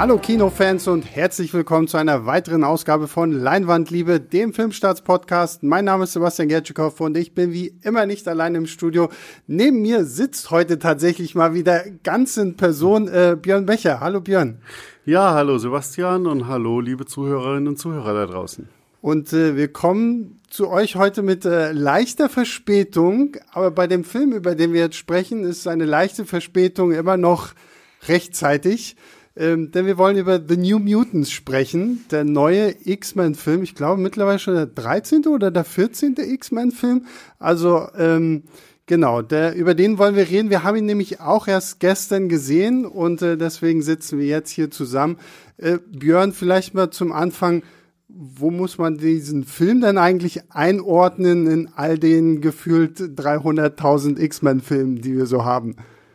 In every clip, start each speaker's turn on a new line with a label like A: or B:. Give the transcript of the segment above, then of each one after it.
A: Hallo Kinofans und herzlich willkommen zu einer weiteren Ausgabe von Leinwandliebe, dem Filmstarts-Podcast. Mein Name ist Sebastian Gertschikow und ich bin wie immer nicht allein im Studio. Neben mir sitzt heute tatsächlich mal wieder ganz in Person Björn Becher. Hallo Björn.
B: Ja, hallo Sebastian und hallo liebe Zuhörerinnen und Zuhörer da draußen.
A: Und wir kommen zu euch heute mit leichter Verspätung, aber bei dem Film, über den wir jetzt sprechen, ist eine leichte Verspätung immer noch rechtzeitig. Denn wir wollen über The New Mutants sprechen, der neue X-Men-Film. Ich glaube mittlerweile schon der 13. oder der 14. X-Men-Film. Also genau, über den wollen wir reden. Wir haben ihn nämlich auch erst gestern gesehen und deswegen sitzen wir jetzt hier zusammen. Björn, vielleicht mal zum Anfang, wo muss man diesen Film denn eigentlich einordnen in all den gefühlt 300.000 X-Men-Filmen, die wir so haben?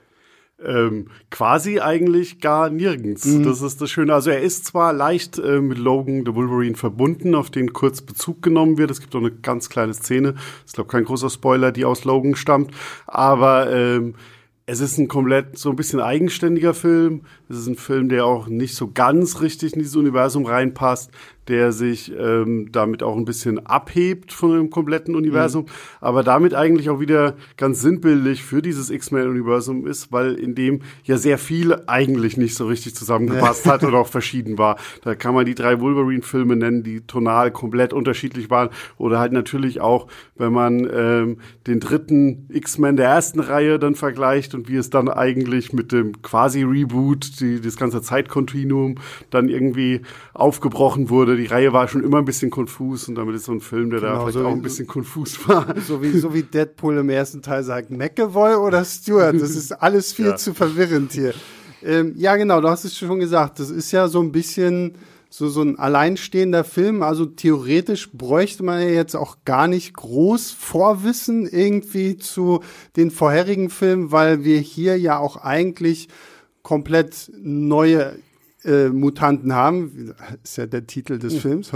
B: Quasi eigentlich gar nirgends. Das ist das Schöne. Also er ist zwar leicht mit Logan the Wolverine verbunden, auf den kurz Bezug genommen wird. Es gibt auch eine ganz kleine Szene, ist glaube kein großer Spoiler, die aus Logan stammt, aber es ist ein komplett so ein bisschen eigenständiger Film. Es ist ein Film, der auch nicht so ganz richtig in dieses Universum reinpasst, der sich damit auch ein bisschen abhebt von dem kompletten Universum, aber damit eigentlich auch wieder ganz sinnbildlich für dieses X-Men-Universum ist, weil in dem ja sehr viel eigentlich nicht so richtig zusammengepasst hat oder auch verschieden war. Da kann man die 3 Wolverine-Filme nennen, die tonal komplett unterschiedlich waren, oder halt natürlich auch, wenn man den dritten X-Men der ersten Reihe dann vergleicht und wie es dann eigentlich mit dem quasi Reboot, das ganze Zeitkontinuum dann irgendwie aufgebrochen wurde. Die Reihe war schon immer ein bisschen konfus und damit ist so ein Film, der da vielleicht auch ein bisschen konfus war.
A: So wie Deadpool im ersten Teil sagt, McAvoy oder Stewart, das ist alles viel zu verwirrend hier. Ja genau, du hast es schon gesagt, das ist ja so ein bisschen so ein alleinstehender Film, also theoretisch bräuchte man ja jetzt auch gar nicht groß Vorwissen irgendwie zu den vorherigen Filmen, weil wir hier ja auch eigentlich komplett neue Mutanten haben, ist ja der Titel des Films.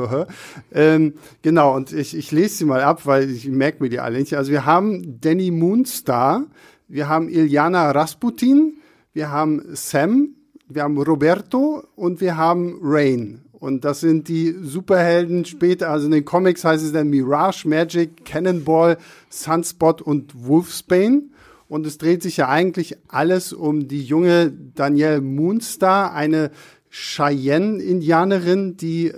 A: Genau, und ich lese sie mal ab, weil ich merke mir die alle nicht. Also wir haben Danny Moonstar, wir haben Illyana Rasputin, wir haben Sam, wir haben Roberto und wir haben Rain. Und das sind die Superhelden später, also in den Comics heißt es dann Mirage, Magic, Cannonball, Sunspot und Wolfsbane. Und es dreht sich ja eigentlich alles um die junge Danielle Moonstar, eine Cheyenne-Indianerin, die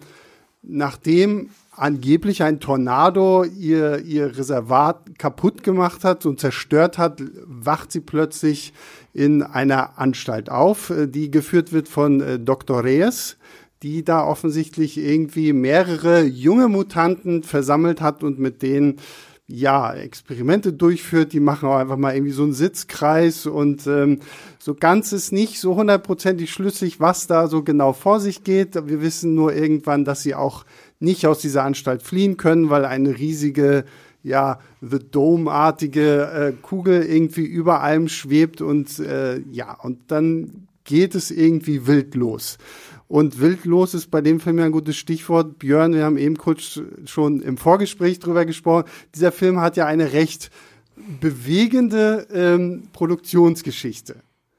A: nachdem angeblich ein Tornado ihr Reservat kaputt gemacht hat und zerstört hat, wacht sie plötzlich in einer Anstalt auf, die geführt wird von Dr. Reyes, die da offensichtlich irgendwie mehrere junge Mutanten versammelt hat und mit denen Experimente durchführt. Die machen auch einfach mal irgendwie so einen Sitzkreis und so ganz ist nicht so 100% schlüssig, was da so genau vor sich geht. Wir wissen nur irgendwann, dass sie auch nicht aus dieser Anstalt fliehen können, weil eine riesige, The Dome-artige Kugel irgendwie über allem schwebt und und dann geht es irgendwie wild los. Und wild los ist bei dem Film ja ein gutes Stichwort. Björn, wir haben eben kurz schon im Vorgespräch drüber gesprochen. Dieser Film hat ja eine recht bewegende Produktionsgeschichte.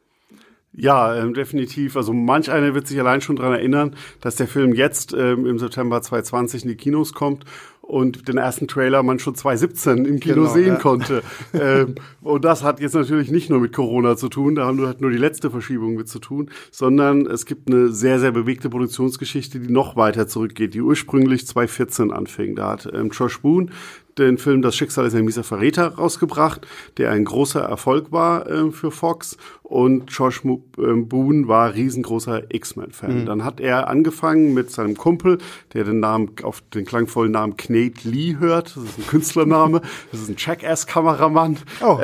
B: Ja, definitiv. Also manch einer wird sich allein schon daran erinnern, dass der Film jetzt im September 2020 in die Kinos kommt und den ersten Trailer man schon 2017 im Kino sehen konnte. Und das hat jetzt natürlich nicht nur mit Corona zu tun, da hat nur die letzte Verschiebung mit zu tun, sondern es gibt eine sehr, sehr bewegte Produktionsgeschichte, die noch weiter zurückgeht, die ursprünglich 2014 anfing. Da hat Josh Boone den Film Das Schicksal ist ein mieser Verräter rausgebracht, der ein großer Erfolg war für Fox, und Josh Boone war riesengroßer X-Men-Fan. Dann hat er angefangen mit seinem Kumpel, der den Namen auf den klangvollen Namen Knate Lee hört. Das ist ein Künstlername. Das ist ein Jackass-Kameramann. Oh.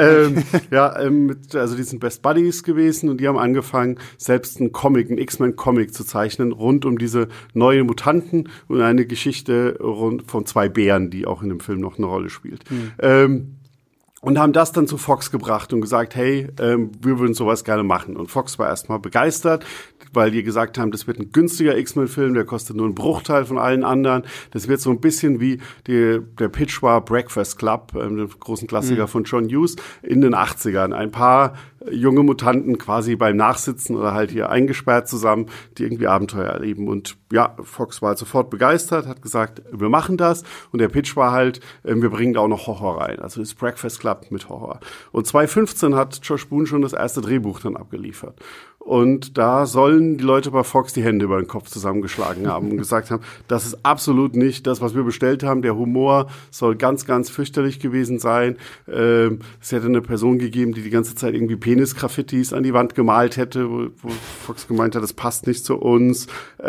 B: Die sind Best Buddies gewesen und die haben angefangen, selbst einen X-Men-Comic zu zeichnen rund um diese neuen Mutanten und eine Geschichte rund von 2 Bären, die auch in dem Film noch eine Rolle spielt. Und haben das dann zu Fox gebracht und gesagt, hey, wir würden sowas gerne machen. Und Fox war erstmal begeistert, weil die gesagt haben, das wird ein günstiger X-Men-Film, der kostet nur einen Bruchteil von allen anderen. Das wird so ein bisschen wie der Pitch war Breakfast Club, einem großen Klassiker von John Hughes, in den 80ern. Ein paar junge Mutanten quasi beim Nachsitzen oder halt hier eingesperrt zusammen, die irgendwie Abenteuer erleben. Und ja, Fox war halt sofort begeistert, hat gesagt, wir machen das. Und der Pitch war halt, wir bringen da auch noch Horror rein. Also das Breakfast Club mit Horror. Und 2015 hat Josh Boone schon das erste Drehbuch dann abgeliefert. Und da sollen die Leute bei Fox die Hände über den Kopf zusammengeschlagen haben und gesagt haben, das ist absolut nicht das, was wir bestellt haben. Der Humor soll ganz, ganz fürchterlich gewesen sein. Es hätte eine Person gegeben, die ganze Zeit irgendwie Penis-Graffitis an die Wand gemalt hätte, wo Fox gemeint hat, das passt nicht zu uns.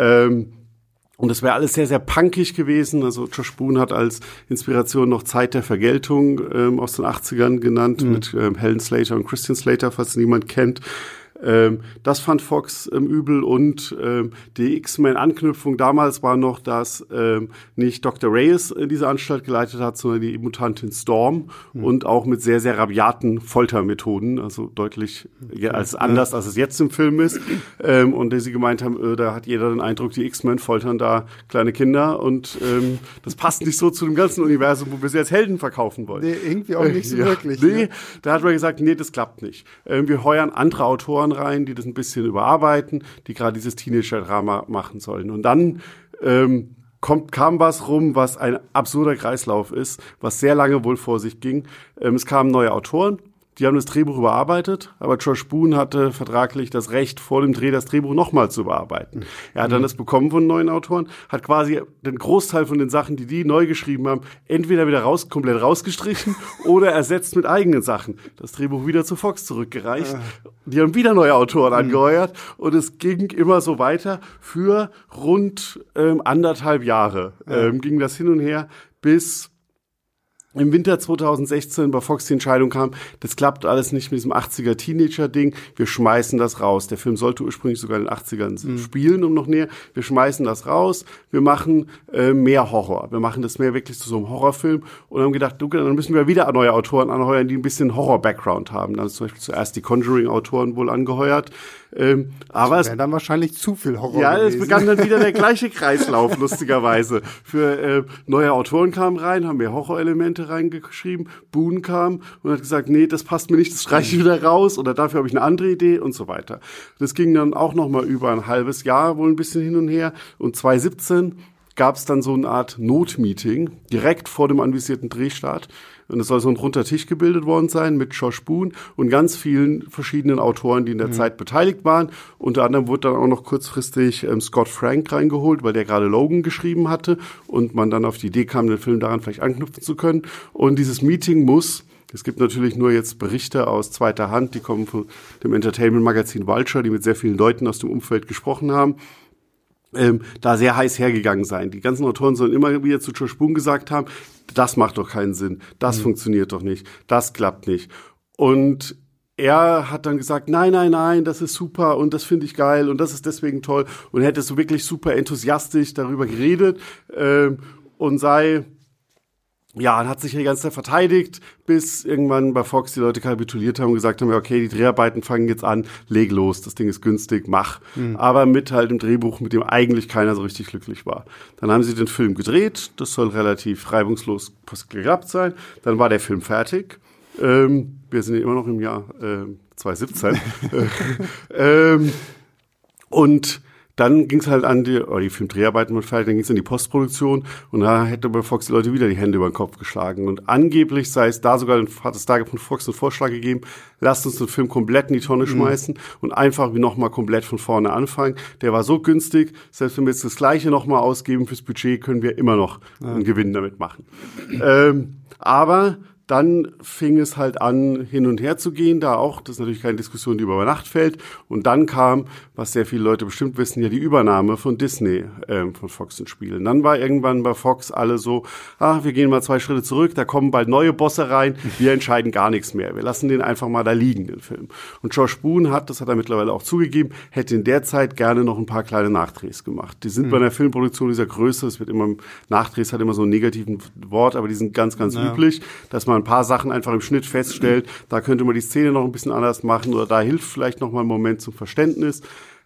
B: Und das wäre alles sehr, sehr punkig gewesen. Also Josh Boone hat als Inspiration noch Zeit der Vergeltung aus den 80ern genannt, mit Helen Slater und Christian Slater, falls niemand kennt. Das fand Fox übel und die X-Men-Anknüpfung damals war noch, dass nicht Dr. Reyes diese Anstalt geleitet hat, sondern die Mutantin Storm und auch mit sehr, sehr rabiaten Foltermethoden, also deutlich als anders, als es jetzt im Film ist. Und sie gemeint haben, da hat jeder den Eindruck, die X-Men foltern da kleine Kinder und das passt nicht so zu dem ganzen Universum, wo wir sie als Helden verkaufen wollen.
A: Nee, irgendwie auch nicht so wirklich.
B: Nee,
A: ne?
B: Da hat man gesagt, nee, das klappt nicht. Wir heuern andere Autoren rein, die das ein bisschen überarbeiten, die gerade dieses Teenager-Drama machen sollen. Und dann kam was rum, was ein absurder Kreislauf ist, was sehr lange wohl vor sich ging. Es kamen neue Autoren, die haben das Drehbuch überarbeitet, aber Josh Boone hatte vertraglich das Recht, vor dem Dreh das Drehbuch nochmal zu überarbeiten. Er hat dann das bekommen von neuen Autoren, hat quasi den Großteil von den Sachen, die neu geschrieben haben, entweder wieder komplett rausgestrichen oder ersetzt mit eigenen Sachen. Das Drehbuch wieder zu Fox zurückgereicht. Die haben wieder neue Autoren angeheuert und es ging immer so weiter. Für rund 1,5 Jahre ging das hin und her, bis im Winter 2016 bei Fox die Entscheidung kam, das klappt alles nicht mit diesem 80er Teenager-Ding, wir schmeißen das raus. Der Film sollte ursprünglich sogar in den 80ern spielen, um noch näher. Wir schmeißen das raus, wir machen mehr Horror. Wir machen das mehr wirklich zu so einem Horrorfilm und haben gedacht, dann müssen wir wieder neue Autoren anheuern, die ein bisschen Horror-Background haben. Dann ist zum Beispiel zuerst die Conjuring-Autoren wohl angeheuert. Aber es
A: wäre dann wahrscheinlich zu viel Horror
B: ja,
A: gewesen.
B: Es begann dann wieder der gleiche Kreislauf, lustigerweise. Für neue Autoren kamen rein, haben mehr Horrorelemente reingeschrieben. Boone kam und hat gesagt, nee, das passt mir nicht, das streiche ich wieder raus oder dafür habe ich eine andere Idee und so weiter. Das ging dann auch noch mal über ein halbes Jahr wohl ein bisschen hin und her. Und 2017 gab es dann so eine Art Notmeeting direkt vor dem anvisierten Drehstart. Und es soll so ein runder Tisch gebildet worden sein mit Josh Boone und ganz vielen verschiedenen Autoren, die in der Zeit beteiligt waren. Unter anderem wurde dann auch noch kurzfristig Scott Frank reingeholt, weil der gerade Logan geschrieben hatte und man dann auf die Idee kam, den Film daran vielleicht anknüpfen zu können. Und dieses Meeting es gibt natürlich nur jetzt Berichte aus zweiter Hand, die kommen von dem Entertainment-Magazin Vulture, die mit sehr vielen Leuten aus dem Umfeld gesprochen haben. Da sehr heiß hergegangen sein. Die ganzen Autoren sollen immer wieder zu Josh Boone gesagt haben, das macht doch keinen Sinn, das funktioniert doch nicht, das klappt nicht. Und er hat dann gesagt, nein, das ist super und das finde ich geil und das ist deswegen toll und er hätte so wirklich super enthusiastisch darüber geredet und hat sich die ganze Zeit verteidigt, bis irgendwann bei Fox die Leute kapituliert haben und gesagt haben, okay, die Dreharbeiten fangen jetzt an, leg los, das Ding ist günstig, mach. Aber mit halt dem Drehbuch, mit dem eigentlich keiner so richtig glücklich war. Dann haben sie den Film gedreht, das soll relativ reibungslos geklappt sein. Dann war der Film fertig. Wir sind ja immer noch im Jahr 2017. Und dann ging es halt an die Filmdreharbeiten waren fertig, dann ging es in die Postproduktion und da hätte bei Fox die Leute wieder die Hände über den Kopf geschlagen. Und angeblich hat es da von Fox einen Vorschlag gegeben, lasst uns den Film komplett in die Tonne schmeißen und einfach nochmal komplett von vorne anfangen. Der war so günstig, selbst wenn wir jetzt das Gleiche nochmal ausgeben fürs Budget, können wir immer noch einen Gewinn damit machen. Aber dann fing es halt an, hin und her zu gehen, das ist natürlich keine Diskussion, die über Nacht fällt. Und dann kam, was sehr viele Leute bestimmt wissen, ja die Übernahme von Disney von Fox ins Spiel. Und dann war irgendwann bei Fox alle so, wir gehen mal 2 Schritte zurück, da kommen bald neue Bosse rein, wir entscheiden gar nichts mehr. Wir lassen den einfach mal da liegen, den Film. Und Josh Boone das hat er mittlerweile auch zugegeben, hätte in der Zeit gerne noch ein paar kleine Nachdrehs gemacht. Die sind bei einer Filmproduktion dieser Größe, Nachdrehs hat immer so einen negativen Wort, aber die sind ganz, ganz üblich, dass man man ein paar Sachen einfach im Schnitt feststellt, da könnte man die Szene noch ein bisschen anders machen oder da hilft vielleicht noch mal ein Moment zum Verständnis.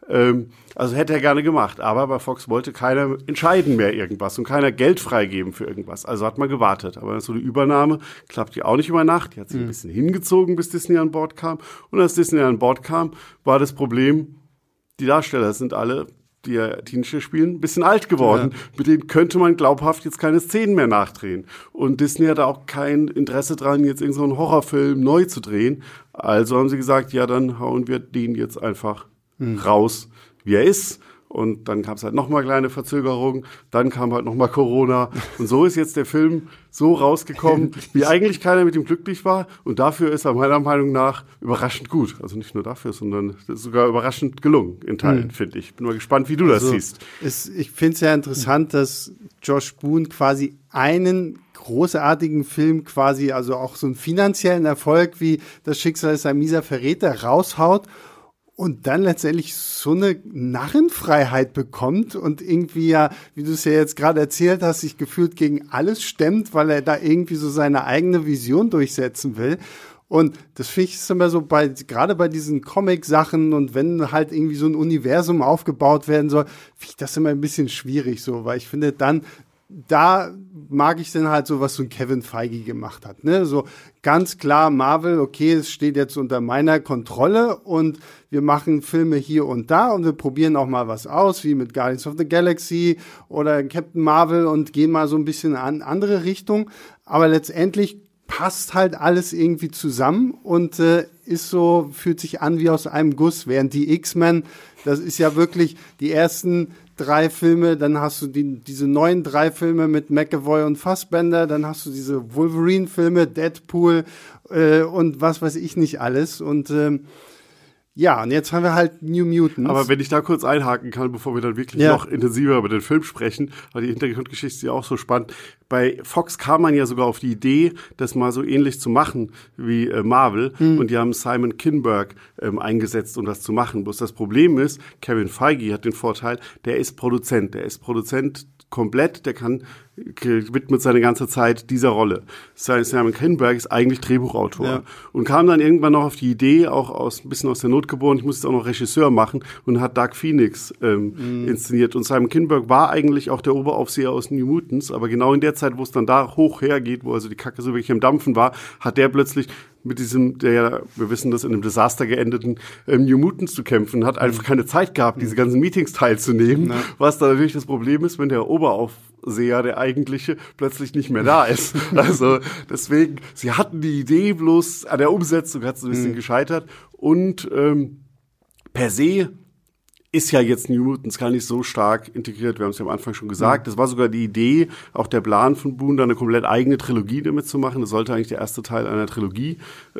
B: Also hätte er gerne gemacht, aber bei Fox wollte keiner entscheiden mehr irgendwas und keiner Geld freigeben für irgendwas. Also hat man gewartet. Aber so eine Übernahme klappt ja auch nicht über Nacht. Die hat sich ein bisschen hingezogen, bis Disney an Bord kam. Und als Disney an Bord kam, war das Problem, die Darsteller sind alle, die ja Teenager spielen, ein bisschen alt geworden. Ja. Mit denen könnte man glaubhaft jetzt keine Szenen mehr nachdrehen. Und Disney hatte auch kein Interesse dran, jetzt irgend so einen Horrorfilm neu zu drehen. Also haben sie gesagt, ja, dann hauen wir den jetzt einfach raus, wie er ist. Und dann gab es halt nochmal kleine Verzögerungen, dann kam halt nochmal Corona. Und so ist jetzt der Film so rausgekommen, wie eigentlich keiner mit ihm glücklich war. Und dafür ist er meiner Meinung nach überraschend gut. Also nicht nur dafür, sondern sogar überraschend gelungen in Teilen, finde ich. Bin mal gespannt, wie du das siehst.
A: Ich finde es ja interessant, dass Josh Boone quasi einen großartigen Film quasi, also auch so einen finanziellen Erfolg wie Das Schicksal ist ein mieser Verräter raushaut und dann letztendlich so eine Narrenfreiheit bekommt und irgendwie ja, wie du es ja jetzt gerade erzählt hast, sich gefühlt gegen alles stemmt, weil er da irgendwie so seine eigene Vision durchsetzen will. Und das finde ich immer so gerade bei diesen Comic-Sachen und wenn halt irgendwie so ein Universum aufgebaut werden soll, finde ich das immer ein bisschen schwierig so, weil ich finde da mag ich dann halt so, was so ein Kevin Feige gemacht hat, ne? So ganz klar Marvel, okay, es steht jetzt unter meiner Kontrolle und wir machen Filme hier und da und wir probieren auch mal was aus, wie mit Guardians of the Galaxy oder Captain Marvel und gehen mal so ein bisschen an andere Richtung. Aber letztendlich passt halt alles irgendwie zusammen und ist so, fühlt sich an wie aus einem Guss, während die X-Men, das ist ja wirklich die ersten 3 Filme, dann hast du diese neuen 3 Filme mit McAvoy und Fassbender, dann hast du diese Wolverine-Filme, Deadpool und was weiß ich nicht alles und ja, und jetzt haben wir halt New Mutants.
B: Aber wenn ich da kurz einhaken kann, bevor wir dann wirklich noch intensiver über den Film sprechen, weil die Hintergrundgeschichte ist ja auch so spannend. Bei Fox kam man ja sogar auf die Idee, das mal so ähnlich zu machen wie Marvel. Und die haben Simon Kinberg eingesetzt, um das zu machen. Bloß das Problem ist, Kevin Feige hat den Vorteil, der ist Produzent. Der ist Produzent komplett, der widmet seine ganze Zeit dieser Rolle. Simon Kinberg ist eigentlich Drehbuchautor und kam dann irgendwann noch auf die Idee, auch ein bisschen aus der Not geboren, ich muss jetzt auch noch Regisseur machen und hat Dark Phoenix inszeniert. Und Simon Kinberg war eigentlich auch der Oberaufseher aus New Mutants, aber genau in der Zeit, wo es dann da hoch hergeht, wo also die Kacke so wirklich am Dampfen war, hat der plötzlich mit diesem, wir wissen das, in einem Desaster geendeten New Mutants zu kämpfen, hat einfach keine Zeit gehabt, diese ganzen Meetings teilzunehmen, was da natürlich das Problem ist, wenn der Oberaufseher, der eigentliche, plötzlich nicht mehr da ist. Also deswegen, sie hatten die Idee, bloß an der Umsetzung hat es ein bisschen gescheitert und per se ist ja jetzt New Mutants gar nicht so stark integriert. Wir haben es ja am Anfang schon gesagt. Das war sogar die Idee, auch der Plan von Boone, da eine komplett eigene Trilogie damit zu machen. Das sollte eigentlich der erste Teil einer Trilogie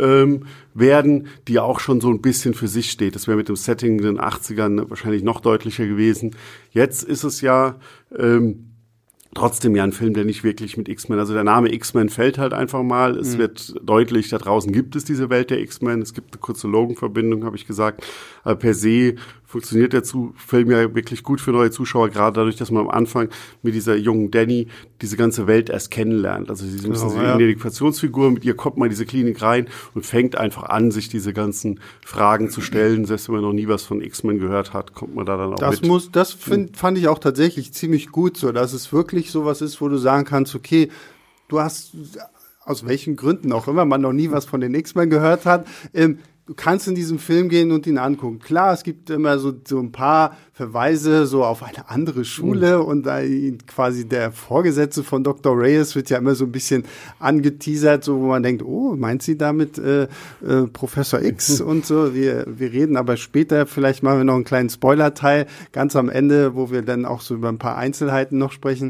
B: werden, die auch schon so ein bisschen für sich steht. Das wäre mit dem Setting in den 80ern wahrscheinlich noch deutlicher gewesen. Jetzt ist es ja trotzdem ja ein Film, der nicht wirklich mit X-Men, also der Name X-Men fällt halt einfach mal. Es wird deutlich, da draußen gibt es diese Welt der X-Men. Es gibt eine kurze Logan-Verbindung, habe ich gesagt. Aber per se funktioniert der Film ja wirklich gut für neue Zuschauer, gerade dadurch, dass man am Anfang mit dieser jungen Danny diese ganze Welt erst kennenlernt. Also sie ist eine Identifikationsfigur, mit ihr kommt man in diese Klinik rein und fängt einfach an, sich diese ganzen Fragen zu stellen. Selbst wenn man noch nie was von X-Men gehört hat, kommt man da dann auch mit.
A: Fand ich auch tatsächlich ziemlich gut so, dass es wirklich sowas ist, wo du sagen kannst, okay, du hast, aus welchen Gründen auch immer man noch nie was von den X-Men gehört hat, du kannst in diesen Film gehen und ihn angucken. Klar, es gibt immer so ein paar Verweise so auf eine andere Schule und da quasi der Vorgesetzte von Dr. Reyes wird ja immer so ein bisschen angeteasert, so wo man denkt, oh, meint sie damit Professor X und so. Wir reden aber später, vielleicht machen wir noch einen kleinen Spoiler-Teil ganz am Ende, wo wir dann auch so über ein paar Einzelheiten noch sprechen.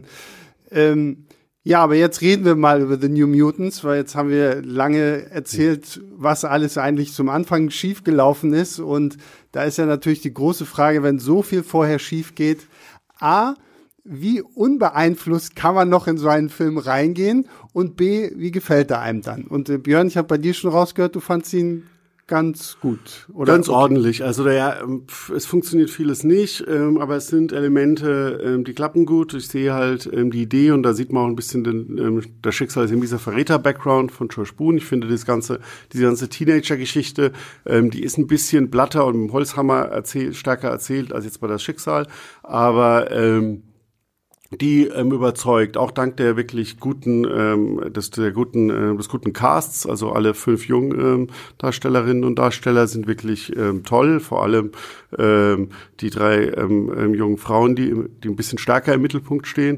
A: Ja, aber jetzt reden wir mal über The New Mutants, weil jetzt haben wir lange erzählt, was alles eigentlich zum Anfang schiefgelaufen ist. Und da ist ja natürlich die große Frage, wenn so viel vorher schief geht, A, wie unbeeinflusst kann man noch in so einen Film reingehen? Und B, wie gefällt er einem dann? Und Björn, ich habe bei dir schon rausgehört, du fandst ihn ganz gut, oder?
B: Ganz ordentlich. Also es funktioniert vieles nicht, aber es sind Elemente, die klappen gut. Ich sehe halt die Idee und da sieht man auch ein bisschen das Schicksal in dieser Verräter-Background von Josh Boone. Ich finde diese ganze Teenager-Geschichte, die ist ein bisschen blatter und mit dem Holzhammer stärker erzählt als jetzt bei das Schicksal, aber die überzeugt, auch dank der wirklich des guten Casts, also alle 5 jungen Darstellerinnen und Darsteller sind wirklich toll, vor allem die 3 jungen Frauen, die ein bisschen stärker im Mittelpunkt stehen.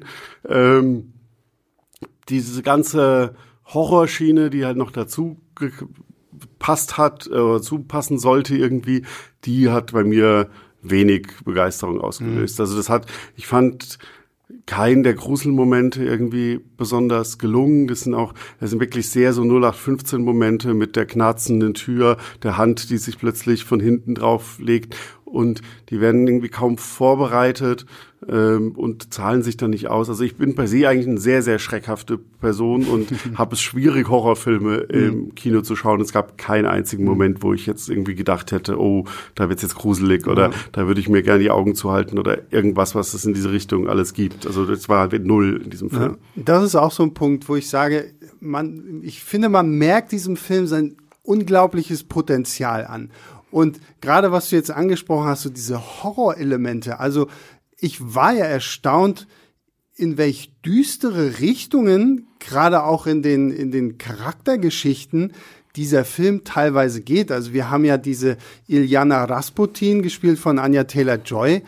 B: Diese ganze Horrorschiene, die halt noch dazu passen sollte irgendwie, die hat bei mir wenig Begeisterung ausgelöst. Also ich fand keinen der Gruselmomente irgendwie besonders gelungen. Das sind wirklich sehr so 0815 Momente mit der knarzenden Tür, der Hand, die sich plötzlich von hinten drauf legt und die werden irgendwie kaum vorbereitet und zahlen sich dann nicht aus. Also ich bin per se eigentlich eine sehr, sehr schreckhafte Person und habe es schwierig, Horrorfilme im Kino zu schauen. Es gab keinen einzigen Moment, wo ich jetzt irgendwie gedacht hätte, oh, da wird's jetzt gruselig oder da würde ich mir gerne die Augen zuhalten oder irgendwas, was es in diese Richtung alles gibt. Also das war halt 0 in diesem Film.
A: Ja, das ist auch so ein Punkt, wo ich sage, ich finde, man merkt diesem Film sein unglaubliches Potenzial an. Und gerade was du jetzt angesprochen hast, so diese Horrorelemente, also ich war ja erstaunt, in welch düstere Richtungen, gerade auch in den Charaktergeschichten, dieser Film teilweise geht. Also wir haben ja diese Ilyana Rasputin, gespielt von Anya Taylor-Joy,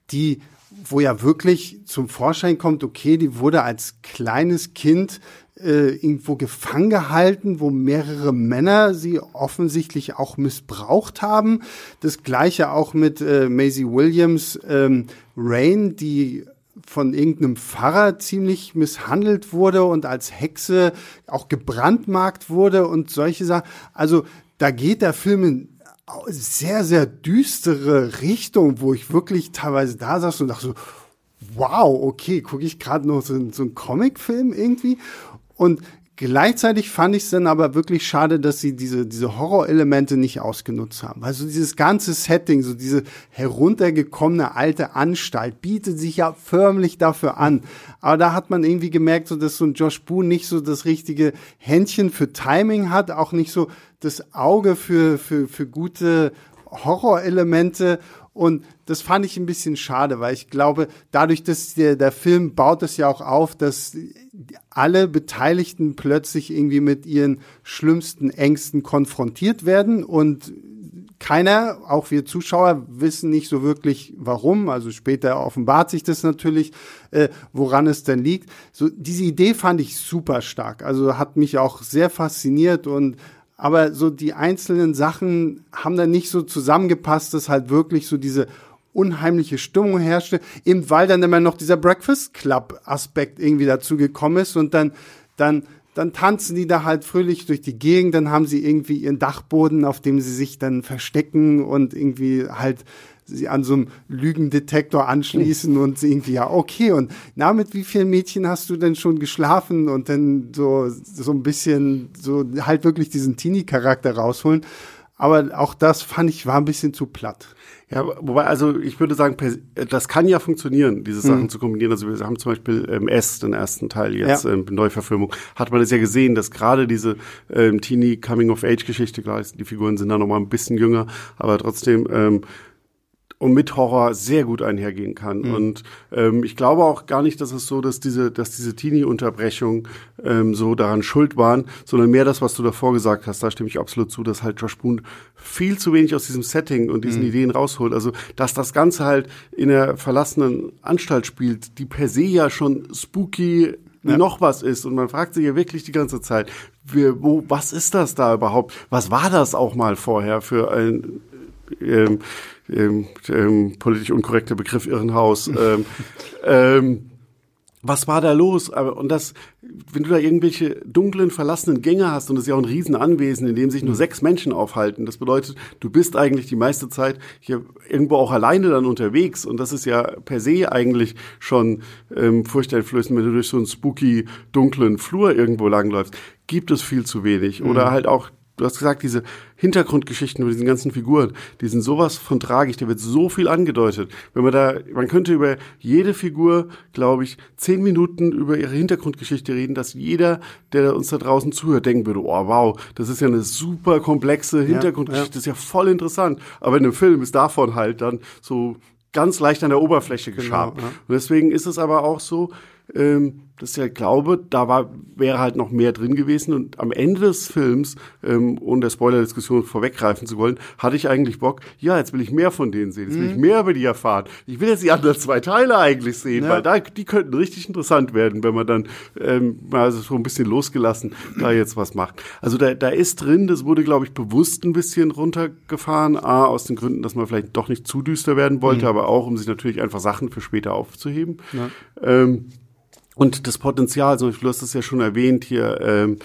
A: wo ja wirklich zum Vorschein kommt, okay, die wurde als kleines Kind irgendwo gefangen gehalten, wo mehrere Männer sie offensichtlich auch missbraucht haben. Das Gleiche auch mit Maisie Williams, Rain, die von irgendeinem Pfarrer ziemlich misshandelt wurde und als Hexe auch gebrandmarkt wurde und solche Sachen. Also da geht der Film in sehr, sehr düstere Richtung, wo ich wirklich teilweise da saß und dachte so, wow, okay, gucke ich gerade noch so einen Comicfilm irgendwie? Und gleichzeitig fand ich es dann aber wirklich schade, dass sie diese Horrorelemente nicht ausgenutzt haben. Also dieses ganze Setting, so diese heruntergekommene alte Anstalt bietet sich ja förmlich dafür an. Aber da hat man irgendwie gemerkt, so dass so ein Josh Boone nicht so das richtige Händchen für Timing hat, auch nicht so das Auge für gute Horrorelemente. Und das fand ich ein bisschen schade, weil ich glaube, dadurch, dass der Film baut es ja auch auf, dass alle Beteiligten plötzlich irgendwie mit ihren schlimmsten Ängsten konfrontiert werden und keiner, auch wir Zuschauer, wissen nicht so wirklich, warum. Also später offenbart sich das natürlich, woran es denn liegt. So, diese Idee fand ich super stark. Also hat mich auch sehr fasziniert aber so die einzelnen Sachen haben dann nicht so zusammengepasst, dass halt wirklich so diese unheimliche Stimmung herrschte, eben weil dann immer noch dieser Breakfast Club Aspekt irgendwie dazu gekommen ist und dann tanzen die da halt fröhlich durch die Gegend, dann haben sie irgendwie ihren Dachboden, auf dem sie sich dann verstecken und irgendwie halt sie an so einem Lügendetektor anschließen und irgendwie, ja, okay, und mit wie vielen Mädchen hast du denn schon geschlafen und dann so ein bisschen so halt wirklich diesen Teenie-Charakter rausholen. Aber auch das fand ich, war ein bisschen zu platt.
B: Ja, wobei, also ich würde sagen, das kann ja funktionieren, diese Sachen zu kombinieren. Also wir haben zum Beispiel den ersten Teil jetzt, Neuverfilmung, hat man das ja gesehen, dass gerade diese Teenie-Coming-of-Age-Geschichte, klar, die Figuren sind da noch mal ein bisschen jünger, aber trotzdem und mit Horror sehr gut einhergehen kann. Und ich glaube auch gar nicht, dass es so, dass diese Teenie-Unterbrechung so daran schuld waren, sondern mehr das, was du davor gesagt hast. Da stimme ich absolut zu, dass halt Josh Boone viel zu wenig aus diesem Setting und diesen Ideen rausholt. Also, dass das Ganze halt in einer verlassenen Anstalt spielt, die per se ja schon spooky noch was ist. Und man fragt sich ja wirklich die ganze Zeit, was ist das da überhaupt? Was war das auch mal vorher für ein politisch unkorrekter Begriff Irrenhaus. Was war da los? Und wenn du da irgendwelche dunklen, verlassenen Gänge hast, und das ist ja auch ein Riesenanwesen, in dem sich nur 6 Menschen aufhalten, das bedeutet, du bist eigentlich die meiste Zeit hier irgendwo auch alleine dann unterwegs, und das ist ja per se eigentlich schon furchteinflößend, wenn du durch so einen spooky, dunklen Flur irgendwo langläufst, gibt es viel zu wenig. Oder halt auch du hast gesagt, diese Hintergrundgeschichten über diesen ganzen Figuren, die sind sowas von tragisch, da wird so viel angedeutet. Man könnte über jede Figur, glaube ich, 10 Minuten über ihre Hintergrundgeschichte reden, dass jeder, der uns da draußen zuhört, denken würde, oh wow, das ist ja eine super komplexe Hintergrundgeschichte, das ist ja voll interessant. Aber in einem Film ist davon halt dann so ganz leicht an der Oberfläche geschabt. Genau, ja. Und deswegen ist es aber auch so, dass ich halt glaube, wäre halt noch mehr drin gewesen. Und am Ende des Films, ohne der Spoiler-Diskussion vorweggreifen zu wollen, hatte ich eigentlich Bock, jetzt will ich mehr von denen sehen. Jetzt will ich mehr über die erfahren. Ich will jetzt die anderen 2 Teile eigentlich sehen, weil die könnten richtig interessant werden, wenn man dann mal so ein bisschen losgelassen da jetzt was macht. Also da ist drin, das wurde, glaube ich, bewusst ein bisschen runtergefahren. Aus den Gründen, dass man vielleicht doch nicht zu düster werden wollte, aber auch, um sich natürlich einfach Sachen für später aufzuheben. Ja. Und das Potenzial, zum Beispiel, du hast es ja schon erwähnt hier,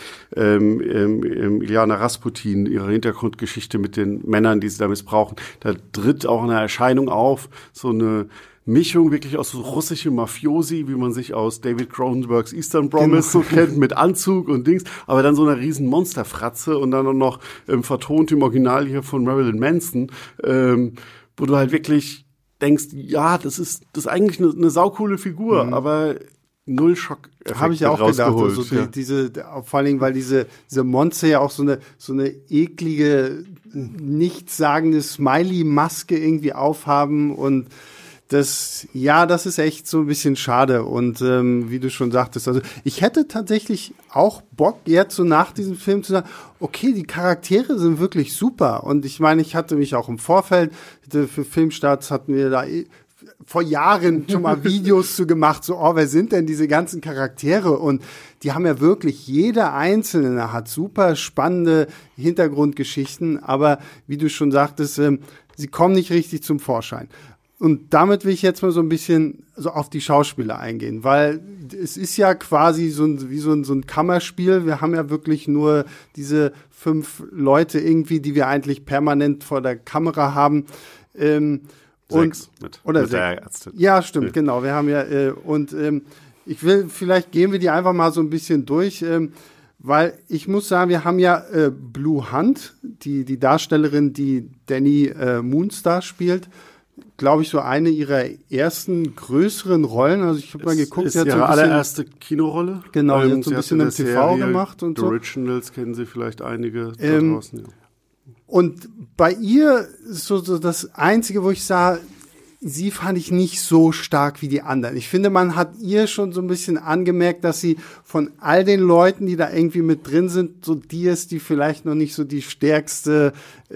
B: Iliana Rasputin, ihre Hintergrundgeschichte mit den Männern, die sie da missbrauchen, da tritt auch eine Erscheinung auf, so eine Mischung wirklich aus so russischem Mafiosi, wie man sich aus David Cronenbergs Eastern Promise so kennt, mit Anzug und Dings, aber dann so eine riesen Monsterfratze und dann noch vertont im Original hier von Marilyn Manson, wo du halt wirklich denkst, das ist eigentlich eine saukoole Figur, aber null Schock.
A: Habe ich ja auch gedacht. Also vor allen Dingen, weil diese Monster ja auch so eine eklige, nichtssagende Smiley-Maske irgendwie aufhaben und das ist echt so ein bisschen schade und wie du schon sagtest, also ich hätte tatsächlich auch Bock jetzt so nach diesem Film zu sagen, okay, die Charaktere sind wirklich super und ich meine, ich hatte mich auch im Vorfeld, für Filmstarts hatten wir da vor Jahren schon mal Videos zu gemacht, so, wer sind denn diese ganzen Charaktere? Und die haben ja wirklich, jeder Einzelne hat super spannende Hintergrundgeschichten, aber wie du schon sagtest, sie kommen nicht richtig zum Vorschein. Und damit will ich jetzt mal so ein bisschen so auf die Schauspieler eingehen, weil es ist ja quasi wie so ein Kammerspiel. Wir haben ja wirklich nur diese 5 Leute irgendwie, die wir eigentlich permanent vor der Kamera haben.
B: 6 mit
A: der Ärztin. Ja, stimmt, genau. Wir haben ja, vielleicht gehen wir die einfach mal so ein bisschen durch, weil ich muss sagen, wir haben ja Blue Hunt, die Darstellerin, die Dani Moonstar spielt, glaube ich, so eine ihrer ersten größeren Rollen. Also ich habe mal geguckt.
B: Ist ihre allererste Kinorolle.
A: Genau, sie hat so ein bisschen im TV gemacht und
B: The
A: so.
B: Originals kennen Sie vielleicht einige da draußen, ja.
A: Und bei ihr ist so das Einzige, wo ich sage, sie fand ich nicht so stark wie die anderen. Ich finde, man hat ihr schon so ein bisschen angemerkt, dass sie von all den Leuten, die da irgendwie mit drin sind, so die ist, die vielleicht noch nicht so die stärkste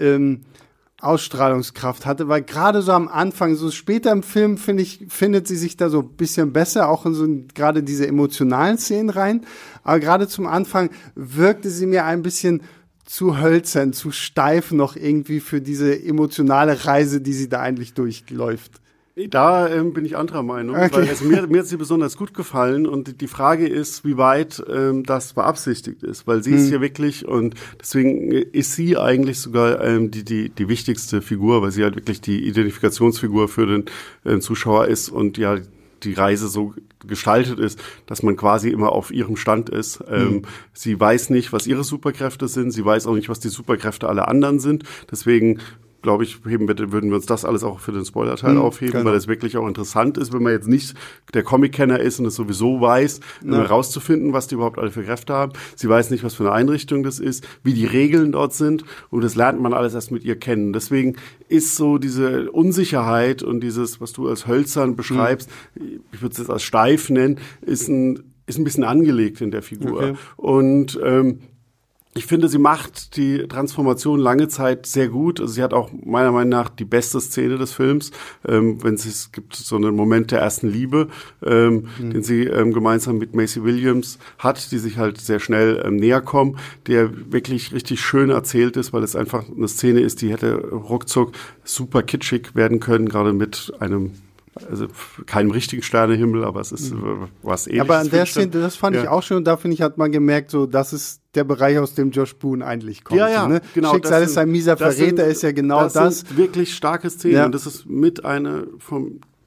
A: Ausstrahlungskraft hatte, weil gerade so am Anfang, so später im Film, finde ich, findet sie sich da so ein bisschen besser, auch in so gerade diese emotionalen Szenen rein. Aber gerade zum Anfang wirkte sie mir ein bisschen zu hölzern, zu steif noch irgendwie für diese emotionale Reise, die sie da eigentlich durchläuft.
B: Da bin ich anderer Meinung, weil mir hat sie besonders gut gefallen und die Frage ist, wie weit das beabsichtigt ist, weil sie ist ja wirklich und deswegen ist sie eigentlich sogar die wichtigste Figur, weil sie halt wirklich die Identifikationsfigur für den Zuschauer ist und ja die Reise so gestaltet ist, dass man quasi immer auf ihrem Stand ist. Sie weiß nicht, was ihre Superkräfte sind, sie weiß auch nicht, was die Superkräfte aller anderen sind, deswegen glaube ich, würden wir uns das alles auch für den Spoiler-Teil aufheben, genau. Weil es wirklich auch interessant ist, wenn man jetzt nicht der Comic-Kenner ist und es sowieso weiß, rauszufinden, was die überhaupt alle für Kräfte haben. Sie weiß nicht, was für eine Einrichtung das ist, wie die Regeln dort sind und das lernt man alles erst mit ihr kennen. Deswegen ist so diese Unsicherheit und dieses, was du als hölzern beschreibst, ich würde es jetzt als steif nennen, ist ein bisschen angelegt in der Figur. Okay. Und ich finde, sie macht die Transformation lange Zeit sehr gut. Also sie hat auch meiner Meinung nach die beste Szene des Films. Es gibt so einen Moment der ersten Liebe, den sie gemeinsam mit Maisie Williams hat, die sich halt sehr schnell näher kommen, der wirklich richtig schön erzählt ist, weil es einfach eine Szene ist, die hätte ruckzuck super kitschig werden können, gerade mit also keinem richtigen Sternehimmel, aber es ist was Ähnliches.
A: Aber an der Szene, das fand ich auch schön und da finde ich, hat man gemerkt, so, das ist der Bereich, aus dem Josh Boone eigentlich kommt.
B: Ja,
A: ne?
B: Genau.
A: Schicksal ist ein mieser Verräter, ist ja genau das.
B: Das sind wirklich starke Szenen und das ist mit einer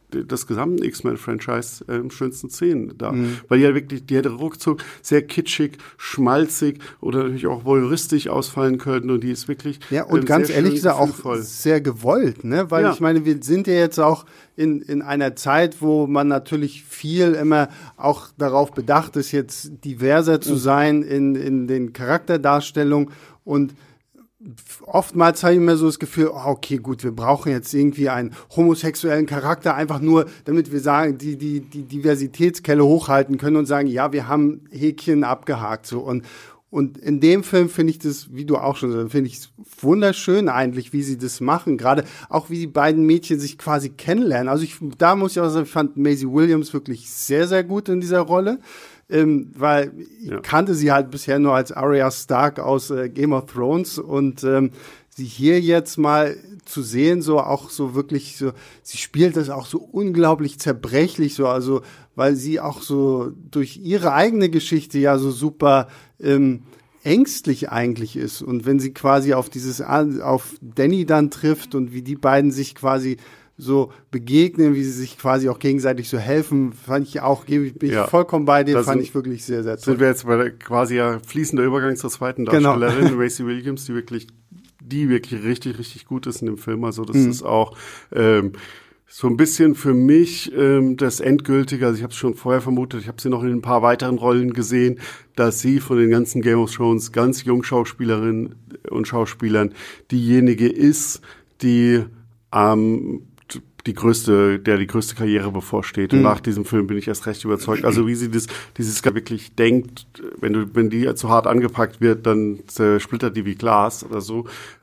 B: des gesamten X-Men-Franchise schönsten Szenen da. Weil die halt wirklich, die hätte ruckzuck sehr kitschig, schmalzig oder natürlich auch voyeuristisch ausfallen können und die ist wirklich
A: ja, und ganz ehrlich gesagt auch sehr gewollt, ne? Weil ich meine, wir sind ja jetzt auch in einer Zeit, wo man natürlich viel immer auch darauf bedacht ist, jetzt diverser zu sein in den Charakterdarstellungen und oftmals habe ich immer so das Gefühl, okay, gut, wir brauchen jetzt irgendwie einen homosexuellen Charakter, einfach nur, damit wir sagen, die Diversitätskelle hochhalten können und sagen, ja, wir haben Häkchen abgehakt, so. Und in dem Film finde ich das, wie du auch schon sagst, finde ich es wunderschön eigentlich, wie sie das machen. Gerade auch, wie die beiden Mädchen sich quasi kennenlernen. Also da muss ich auch sagen, ich fand Maisie Williams wirklich sehr, sehr gut in dieser Rolle. Weil ich kannte sie halt bisher nur als Arya Stark aus Game of Thrones und sie hier jetzt mal zu sehen, so auch so wirklich so, sie spielt das auch so unglaublich zerbrechlich, so, also weil sie auch so durch ihre eigene Geschichte ja so super ängstlich eigentlich ist und wenn sie quasi auf Dany dann trifft und wie die beiden sich quasi so begegnen, wie sie sich quasi auch gegenseitig so helfen, fand ich auch, bin ich vollkommen bei dir, fand ich wirklich sehr, sehr toll.
B: Sind wir jetzt bei der quasi fließender Übergang zur zweiten Darstellerin, Maisie Williams, die wirklich richtig, richtig gut ist in dem Film. Also das ist auch so ein bisschen für mich das Endgültige, also ich habe es schon vorher vermutet, ich habe sie noch in ein paar weiteren Rollen gesehen, dass sie von den ganzen Game of Thrones ganz jungen Schauspielerinnen und Schauspielern diejenige ist, die die größte Karriere bevorsteht. Und nach diesem Film bin ich erst recht überzeugt. Also wie sie dieses wirklich denkt, wenn die zu hart angepackt wird, dann zersplittert die wie Glas oder so.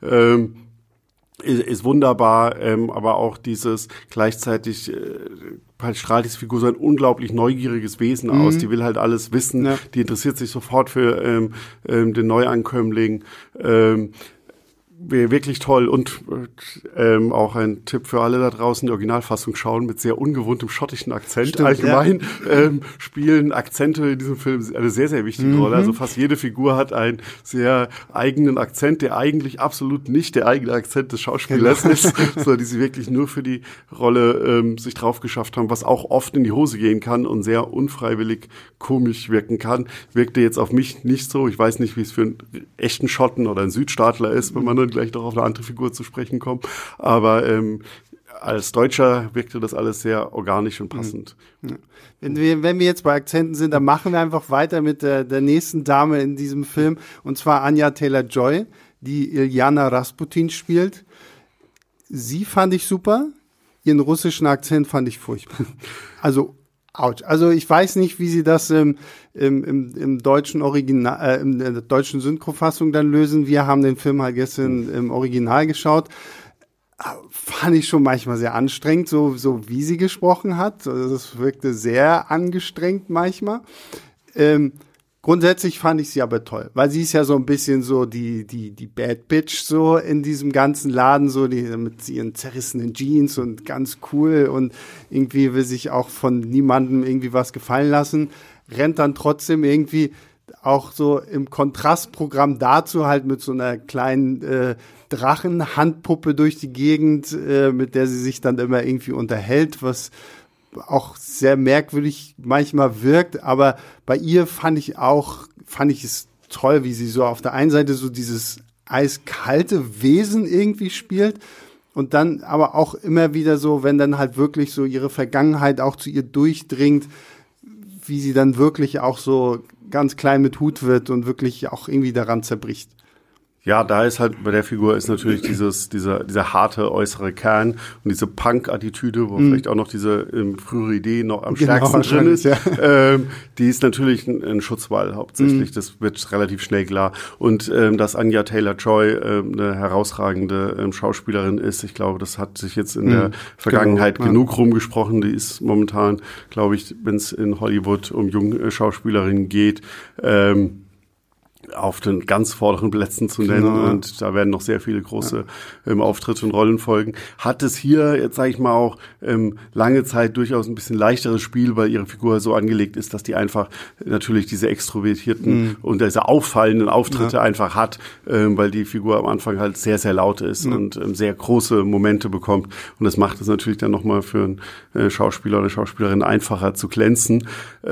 B: Ist wunderbar, aber auch dieses gleichzeitig strahlt diese Figur so ein unglaublich neugieriges Wesen aus. Die will halt alles wissen. Ja. Die interessiert sich sofort für den Neuankömmling. Wirklich toll und auch ein Tipp für alle da draußen, die Originalfassung schauen mit sehr ungewohntem schottischen Akzent. Stimmt, allgemein spielen Akzente in diesem Film eine sehr, sehr wichtige Rolle. Also fast jede Figur hat einen sehr eigenen Akzent, der eigentlich absolut nicht der eigene Akzent des Schauspielers ist, sondern die sie wirklich nur für die Rolle sich drauf geschafft haben, was auch oft in die Hose gehen kann und sehr unfreiwillig komisch wirken kann. Wirkte jetzt auf mich nicht so. Ich weiß nicht, wie es für einen echten Schotten oder einen Südstaatler ist, wenn man dann gleich noch auf eine andere Figur zu sprechen kommt. Aber als Deutscher wirkte das alles sehr organisch und passend.
A: Ja. Wenn wir jetzt bei Akzenten sind, dann machen wir einfach weiter mit der nächsten Dame in diesem Film. Und zwar Anya Taylor-Joy, die Ilyana Rasputin spielt. Sie fand ich super. Ihren russischen Akzent fand ich furchtbar. Also ouch. Also ich weiß nicht, wie sie das im deutschen Original, in der deutschen Synchrofassung dann lösen. Wir haben den Film halt gestern im Original geschaut. Fand ich schon manchmal sehr anstrengend, so wie sie gesprochen hat. Also das wirkte sehr angestrengt manchmal. Grundsätzlich fand ich sie aber toll, weil sie ist ja so ein bisschen so die Bad Bitch so in diesem ganzen Laden, so die mit ihren zerrissenen Jeans und ganz cool und irgendwie will sich auch von niemandem irgendwie was gefallen lassen, rennt dann trotzdem irgendwie auch so im Kontrastprogramm dazu halt mit so einer kleinen Drachenhandpuppe durch die Gegend, mit der sie sich dann immer irgendwie unterhält, was auch sehr merkwürdig manchmal wirkt, aber bei ihr fand ich es toll, wie sie so auf der einen Seite so dieses eiskalte Wesen irgendwie spielt und dann aber auch immer wieder so, wenn dann halt wirklich so ihre Vergangenheit auch zu ihr durchdringt, wie sie dann wirklich auch so ganz klein mit Hut wird und wirklich auch irgendwie daran zerbricht.
B: Ja, da ist halt bei der Figur ist natürlich dieser harte äußere Kern und diese Punk-Attitüde, wo vielleicht auch noch diese frühere Idee noch am stärksten drin ist. Ja. Die ist natürlich ein Schutzwall hauptsächlich. Das wird relativ schnell klar. Und dass Anya Taylor-Joy eine herausragende Schauspielerin ist, ich glaube, das hat sich jetzt in der Vergangenheit genug rumgesprochen. Die ist momentan, glaube ich, wenn es in Hollywood um junge Schauspielerinnen geht, auf den ganz vorderen Plätzen zu nennen, genau. Und da werden noch sehr viele große Auftritte und Rollen folgen. Hat es hier, jetzt sage ich mal auch, lange Zeit durchaus ein bisschen leichteres Spiel, weil ihre Figur so angelegt ist, dass die einfach natürlich diese extrovertierten und diese auffallenden Auftritte einfach hat, weil die Figur am Anfang halt sehr, sehr laut ist und sehr große Momente bekommt. Und das macht es natürlich dann nochmal für einen Schauspieler oder Schauspielerin einfacher zu glänzen.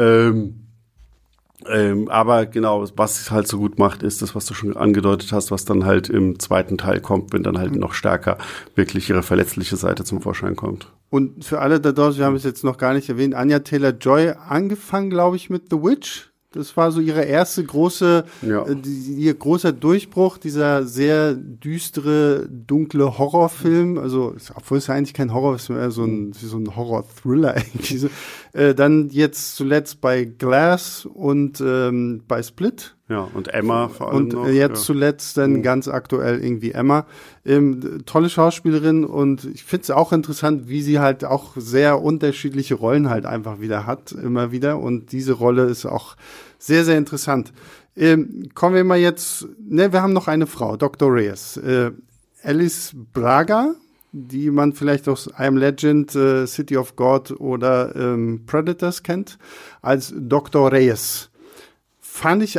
B: Aber genau, was es halt so gut macht, ist das, was du schon angedeutet hast, was dann halt im zweiten Teil kommt, wenn dann halt noch stärker wirklich ihre verletzliche Seite zum Vorschein kommt.
A: Und für alle da draußen, wir haben es jetzt noch gar nicht erwähnt, Anya Taylor-Joy angefangen, glaube ich, mit The Witch. Das war so ihre erste große, ihr großer Durchbruch, dieser sehr düstere, dunkle Horrorfilm. Also, obwohl es ja eigentlich kein Horror ist, eher so ein Horror-Thriller irgendwie so. Dann jetzt zuletzt bei Glass und bei Split.
B: Ja, und Emma vor allem noch.
A: Und jetzt zuletzt dann ganz aktuell irgendwie Emma. Tolle Schauspielerin und ich finde es auch interessant, wie sie halt auch sehr unterschiedliche Rollen halt einfach wieder hat, immer wieder. Und diese Rolle ist auch sehr, sehr interessant. Kommen wir mal jetzt, wir haben noch eine Frau, Dr. Reyes. Alice Braga, die man vielleicht aus I Am Legend, City of God oder Predators kennt, als Dr. Reyes. Fand ich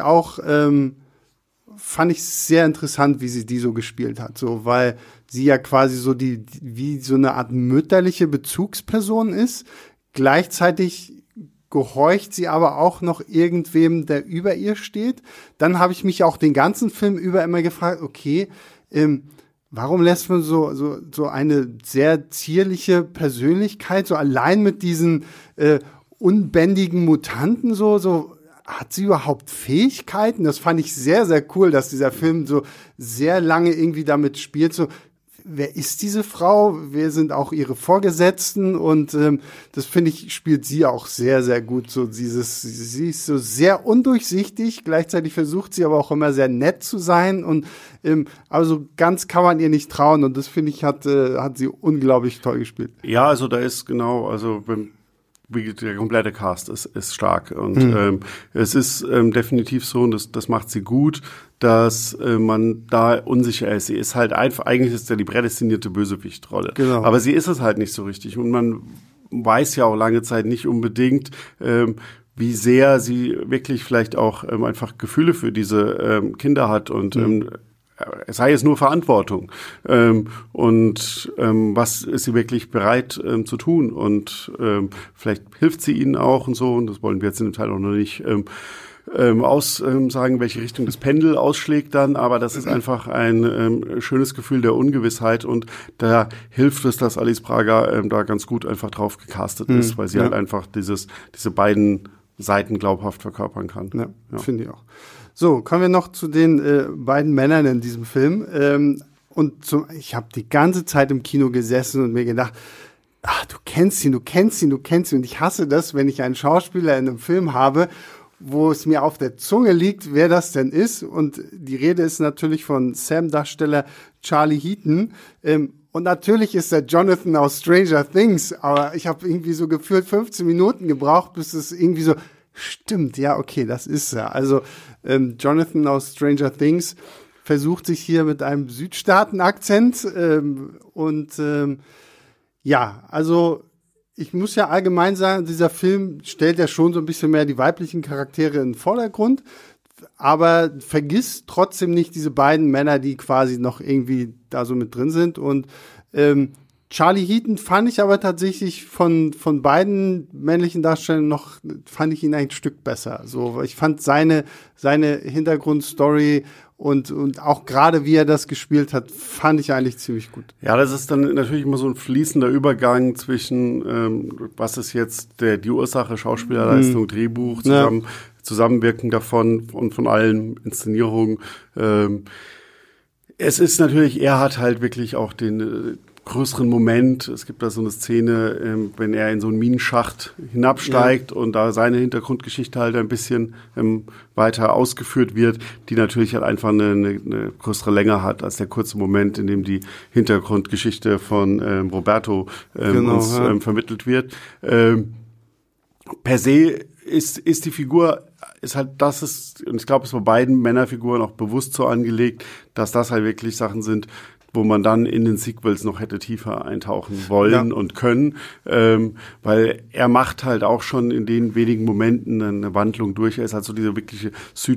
A: sehr interessant, wie sie die so gespielt hat, so, weil sie ja quasi so wie so eine Art mütterliche Bezugsperson ist. Gleichzeitig gehorcht sie aber auch noch irgendwem, der über ihr steht. Dann habe ich mich auch den ganzen Film über immer gefragt, okay, warum lässt man so eine sehr zierliche Persönlichkeit so allein mit diesen unbändigen Mutanten so hat sie überhaupt Fähigkeiten? Das fand ich sehr, sehr cool, dass dieser Film so sehr lange irgendwie damit spielt, so, wer ist diese Frau? Wer sind auch ihre Vorgesetzten? Und das finde ich, spielt sie auch sehr, sehr gut. So sie ist so sehr undurchsichtig, gleichzeitig versucht sie aber auch immer sehr nett zu sein. Und also ganz kann man ihr nicht trauen. Und das finde ich, hat sie unglaublich toll gespielt.
B: Ja, also da ist genau, also der komplette Cast ist stark und es ist definitiv so, und das macht sie gut, dass man da unsicher ist. Sie ist halt einfach, eigentlich ist ja die prädestinierte Bösewichtrolle. Genau. Aber sie ist es halt nicht so richtig. Und man weiß ja auch lange Zeit nicht unbedingt, wie sehr sie wirklich vielleicht auch einfach Gefühle für diese Kinder hat und sei es nur Verantwortung und was ist sie wirklich bereit zu tun und vielleicht hilft sie ihnen auch und so, und das wollen wir jetzt in dem Teil auch noch nicht sagen, welche Richtung das Pendel ausschlägt dann, aber das ist einfach ein schönes Gefühl der Ungewissheit, und da hilft es, dass Alice Braga da ganz gut einfach drauf gecastet ist, weil sie halt einfach diese beiden Seiten glaubhaft verkörpern kann.
A: Ja. Finde ich auch. So, kommen wir noch zu den beiden Männern in diesem Film. Ich habe die ganze Zeit im Kino gesessen und mir gedacht, du kennst ihn. Und ich hasse das, wenn ich einen Schauspieler in einem Film habe, wo es mir auf der Zunge liegt, wer das denn ist. Und die Rede ist natürlich von Sam-Darsteller Charlie Heaton. Und natürlich ist der Jonathan aus Stranger Things, aber ich habe irgendwie so gefühlt 15 Minuten gebraucht, bis es irgendwie so stimmt, ja, okay, das ist er. Also Jonathan aus Stranger Things versucht sich hier mit einem Südstaaten-Akzent also ich muss ja allgemein sagen, dieser Film stellt ja schon so ein bisschen mehr die weiblichen Charaktere in den Vordergrund, aber vergisst trotzdem nicht diese beiden Männer, die quasi noch irgendwie da so mit drin sind. Und Charlie Heaton fand ich aber tatsächlich von beiden männlichen Darstellern fand ich ihn ein Stück besser. So, ich fand seine Hintergrundstory und auch gerade wie er das gespielt hat, fand ich eigentlich ziemlich gut.
B: Ja, das ist dann natürlich immer so ein fließender Übergang zwischen was ist jetzt die Ursache, Schauspielerleistung, Drehbuch, Zusammenwirken davon und von allen Inszenierungen. Es ist natürlich, er hat halt wirklich auch den größeren Moment. Es gibt da so eine Szene, wenn er in so einen Minenschacht hinabsteigt und da seine Hintergrundgeschichte halt ein bisschen weiter ausgeführt wird, die natürlich halt einfach eine größere Länge hat als der kurze Moment, in dem die Hintergrundgeschichte von Roberto vermittelt wird. Per se ist die Figur ist halt, das ist, und ich glaube, es war beiden Männerfiguren auch bewusst so angelegt, dass das halt wirklich Sachen sind, wo man dann in den Sequels noch hätte tiefer eintauchen wollen und können, weil er macht halt auch schon in den wenigen Momenten eine Wandlung durch. Er ist halt so dieser wirkliche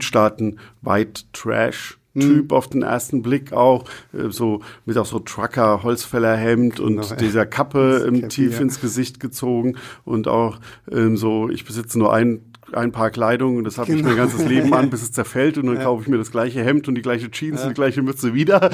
B: Südstaaten-White-Trash-Typ auf den ersten Blick auch, so mit auch so Trucker-Holzfällerhemd und dieser Kappe tief ins Gesicht gezogen und auch so, ich besitze nur ein Paar Kleidung und das habe ich mein ganzes Leben an, bis es zerfällt und dann kaufe ich mir das gleiche Hemd und die gleiche Jeans und die gleiche Mütze wieder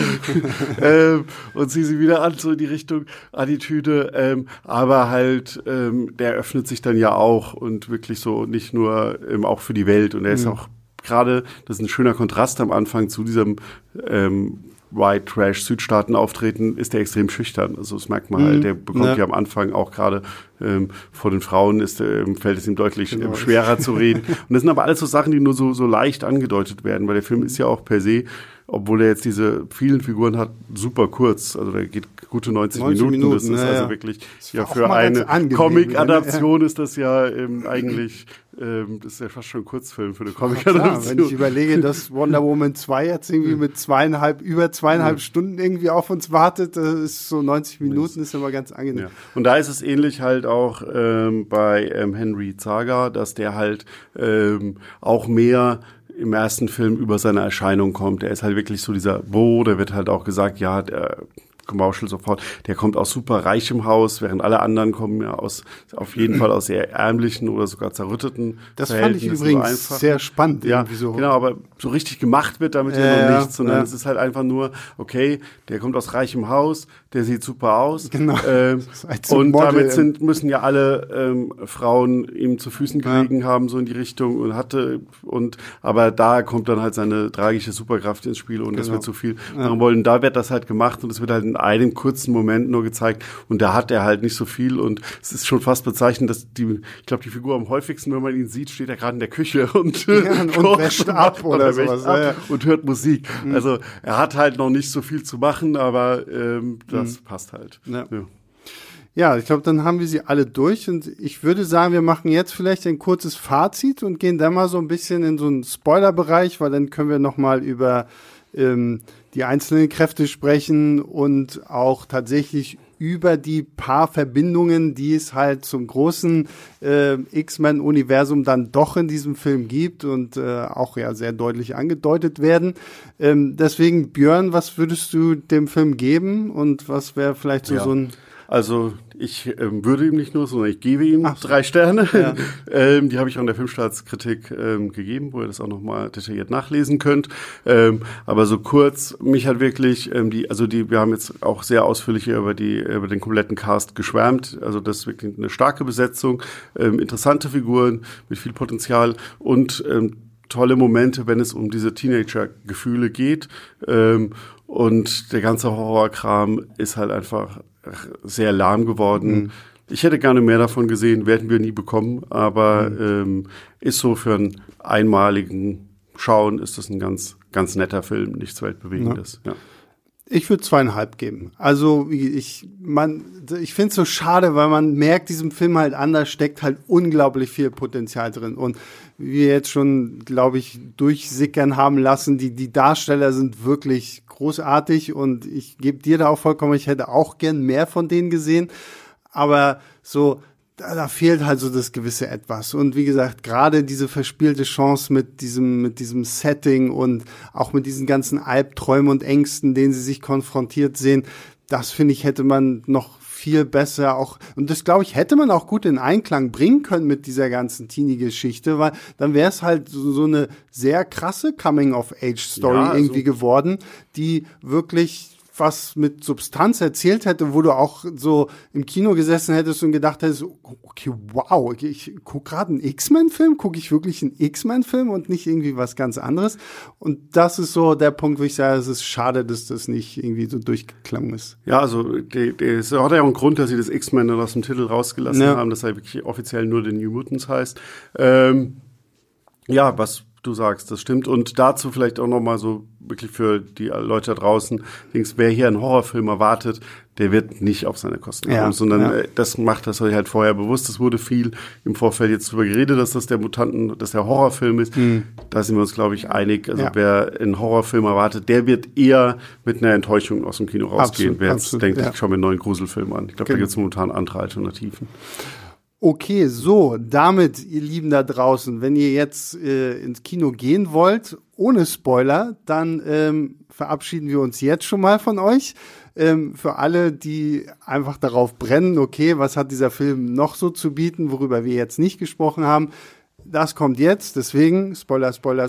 B: und ziehe sie wieder an, so in die Richtung Attitüde, aber halt der öffnet sich dann ja auch und wirklich so nicht nur auch für die Welt und er ist auch gerade, das ist ein schöner Kontrast am Anfang zu diesem White Trash Südstaaten auftreten, ist der extrem schüchtern. Also das merkt man halt, der bekommt ja am Anfang auch gerade vor den Frauen fällt es ihm deutlich schwerer zu reden. Und das sind aber alles so Sachen, die nur so leicht angedeutet werden, weil der Film ist ja auch per se, obwohl er jetzt diese vielen Figuren hat, super kurz. Also der geht gute 90 Minuten. Das ist also wirklich, ja, für eine Comic-Adaption ist das ja eigentlich, das ist ja fast schon ein Kurzfilm für eine Comic-Adaption.
A: Wenn ich überlege, dass Wonder Woman 2 jetzt irgendwie mit über zweieinhalb Stunden irgendwie auf uns wartet, das ist so 90 Minuten, ist immer ganz angenehm.
B: Ja. Und da ist es ähnlich halt auch bei Henry Zaga, dass der halt auch mehr im ersten Film über seine Erscheinung kommt. Er ist halt wirklich so dieser der wird halt auch gesagt, ja, der Commercial sofort, der kommt aus super reichem Haus, während alle anderen kommen ja auf jeden Fall aus sehr ärmlichen oder sogar zerrütteten
A: Das fand ich übrigens sehr spannend.
B: Ja, so. Genau, aber so richtig gemacht wird damit ja noch nichts, sondern es ist halt einfach nur, okay, der kommt aus reichem Haus, der sieht super aus.
A: Genau.
B: Und Model, damit müssen ja alle Frauen ihm zu Füßen gelegen haben, so in die Richtung aber da kommt dann halt seine tragische Superkraft ins Spiel und das wird zu viel machen wollen. Da wird das halt gemacht und es wird halt in einem kurzen Moment nur gezeigt und da hat er halt nicht so viel und es ist schon fast bezeichnend, dass ich glaube, die Figur am häufigsten, wenn man ihn sieht, steht er gerade in der Küche und
A: wäscht ab oder sowas.
B: Und hört Musik. Also er hat halt noch nicht so viel zu machen, aber das passt halt.
A: Ja, ich glaube, dann haben wir sie alle durch und ich würde sagen, wir machen jetzt vielleicht ein kurzes Fazit und gehen dann mal so ein bisschen in so einen Spoilerbereich, weil dann können wir noch mal über die einzelnen Kräfte sprechen und auch tatsächlich über die paar Verbindungen, die es halt zum großen X-Men-Universum dann doch in diesem Film gibt und auch ja sehr deutlich angedeutet werden. Deswegen, Björn, was würdest du dem Film geben und was wäre vielleicht so ein...
B: Also ich würde ihm nicht nur, sondern ich gebe ihm 3 Sterne. Ja. Die habe ich auch in der Filmstartskritik gegeben, wo ihr das auch nochmal detailliert nachlesen könnt. Aber so kurz, mich hat wirklich wir haben jetzt auch sehr ausführlich über den kompletten Cast geschwärmt. Also das ist wirklich eine starke Besetzung, interessante Figuren mit viel Potenzial und tolle Momente, wenn es um diese Teenager-Gefühle geht. Und der ganze Horrorkram ist halt einfach sehr lahm geworden. Ich hätte gerne mehr davon gesehen, werden wir nie bekommen, aber ist so für einen einmaligen Schauen ist das ein ganz, ganz netter Film, nichts Weltbewegendes. Ja.
A: Ich würde 2,5 geben. Also ich finde es so schade, weil man merkt, diesem Film halt an, da steckt halt unglaublich viel Potenzial drin. Und wie wir jetzt schon, glaube ich, durchsickern haben lassen, die Darsteller sind wirklich großartig und ich gebe dir da auch vollkommen, ich hätte auch gern mehr von denen gesehen. Aber so, da fehlt halt so das gewisse Etwas. Und wie gesagt, gerade diese verspielte Chance mit diesem Setting und auch mit diesen ganzen Albträumen und Ängsten, denen sie sich konfrontiert sehen, das finde ich, hätte man noch viel besser auch, und das glaube ich, hätte man auch gut in Einklang bringen können mit dieser ganzen Teenie-Geschichte, weil dann wäre es halt so eine sehr krasse Coming-of-Age-Story irgendwie geworden, die wirklich was mit Substanz erzählt hätte, wo du auch so im Kino gesessen hättest und gedacht hättest, okay, wow, ich gucke gerade einen X-Men-Film, gucke ich wirklich einen X-Men-Film und nicht irgendwie was ganz anderes. Und das ist so der Punkt, wo ich sage, es ist schade, dass das nicht irgendwie so durchgeklungen ist.
B: Ja, also es hat ja auch einen Grund, dass sie das X-Men dann aus dem Titel rausgelassen haben, dass er wirklich offiziell nur den New Mutants heißt. Was du sagst, das stimmt. Und dazu vielleicht auch nochmal so wirklich für die Leute da draußen, wer hier einen Horrorfilm erwartet, der wird nicht auf seine Kosten kommen, sondern das macht das halt vorher bewusst. Es wurde viel im Vorfeld jetzt drüber geredet, dass das der Horrorfilm ist. Da sind wir uns, glaube ich, einig. Also wer einen Horrorfilm erwartet, der wird eher mit einer Enttäuschung aus dem Kino rausgehen. Wer jetzt denkt, ich schaue mir einen neuen Gruselfilm an. Ich glaube, da gibt es momentan andere Alternativen.
A: Okay, so, damit, ihr Lieben da draußen, wenn ihr jetzt ins Kino gehen wollt, ohne Spoiler, dann verabschieden wir uns jetzt schon mal von euch. Für alle, die einfach darauf brennen, okay, was hat dieser Film noch so zu bieten, worüber wir jetzt nicht gesprochen haben, das kommt jetzt, deswegen Spoiler.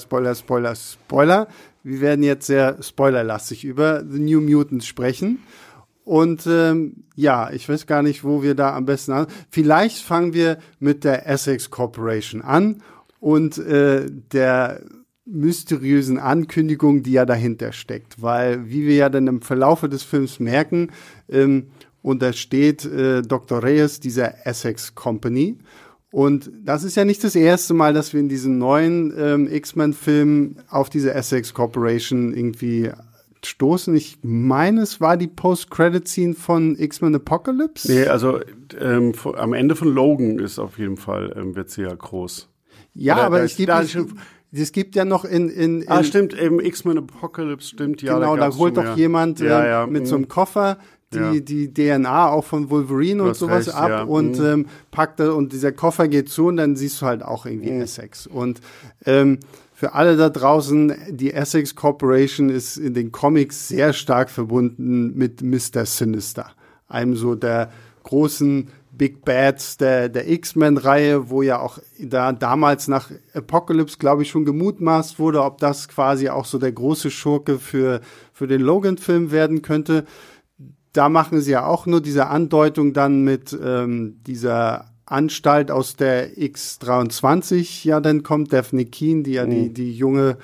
A: Wir werden jetzt sehr spoilerlastig über The New Mutants sprechen. Und ich weiß gar nicht, wo wir da am besten an. Vielleicht fangen wir mit der Essex Corporation an und der mysteriösen Ankündigung, die ja dahinter steckt. Weil, wie wir ja dann im Verlaufe des Films merken, untersteht Dr. Reyes dieser Essex Company. Und das ist ja nicht das erste Mal, dass wir in diesen neuen X-Men-Filmen auf diese Essex Corporation irgendwie stoßen. Ich meine, es war die Post-Credit-Scene von X-Men Apocalypse.
B: Nee, also am Ende von Logan ist auf jeden Fall, wird sie ja groß.
A: Ja, aber es gibt ja noch in
B: stimmt, im X-Men Apocalypse, stimmt, ja.
A: Genau, da holt doch jemand mit so einem Koffer die DNA auch von Wolverine und sowas recht, ab und packt da, und dieser Koffer geht zu und dann siehst du halt auch irgendwie Essex. Und für alle da draußen, die Essex Corporation ist in den Comics sehr stark verbunden mit Mr. Sinister, einem so der großen Big Bads der X-Men-Reihe, wo ja auch da damals nach Apocalypse, glaube ich, schon gemutmaßt wurde, ob das quasi auch so der große Schurke für den Logan-Film werden könnte. Da machen sie ja auch nur diese Andeutung dann mit dieser Anstalt, aus der X-23 ja dann kommt, Daphne Keane, die ja die junge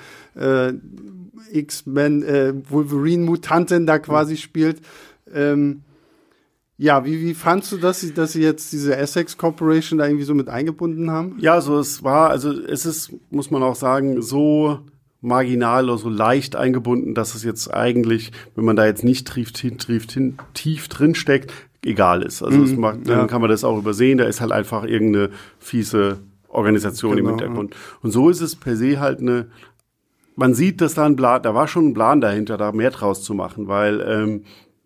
A: X-Men Wolverine-Mutantin da quasi spielt. Wie fandst du das, dass sie jetzt diese Essex Corporation da irgendwie so mit eingebunden haben?
B: Ja, es ist, muss man auch sagen, so marginal oder so leicht eingebunden, dass es jetzt eigentlich, wenn man da jetzt nicht tief drin steckt, egal ist. Also dann kann man das auch übersehen, da ist halt einfach irgendeine fiese Organisation im Hintergrund. Und so ist es per se halt man sieht, dass da war schon ein Plan dahinter, da mehr draus zu machen, weil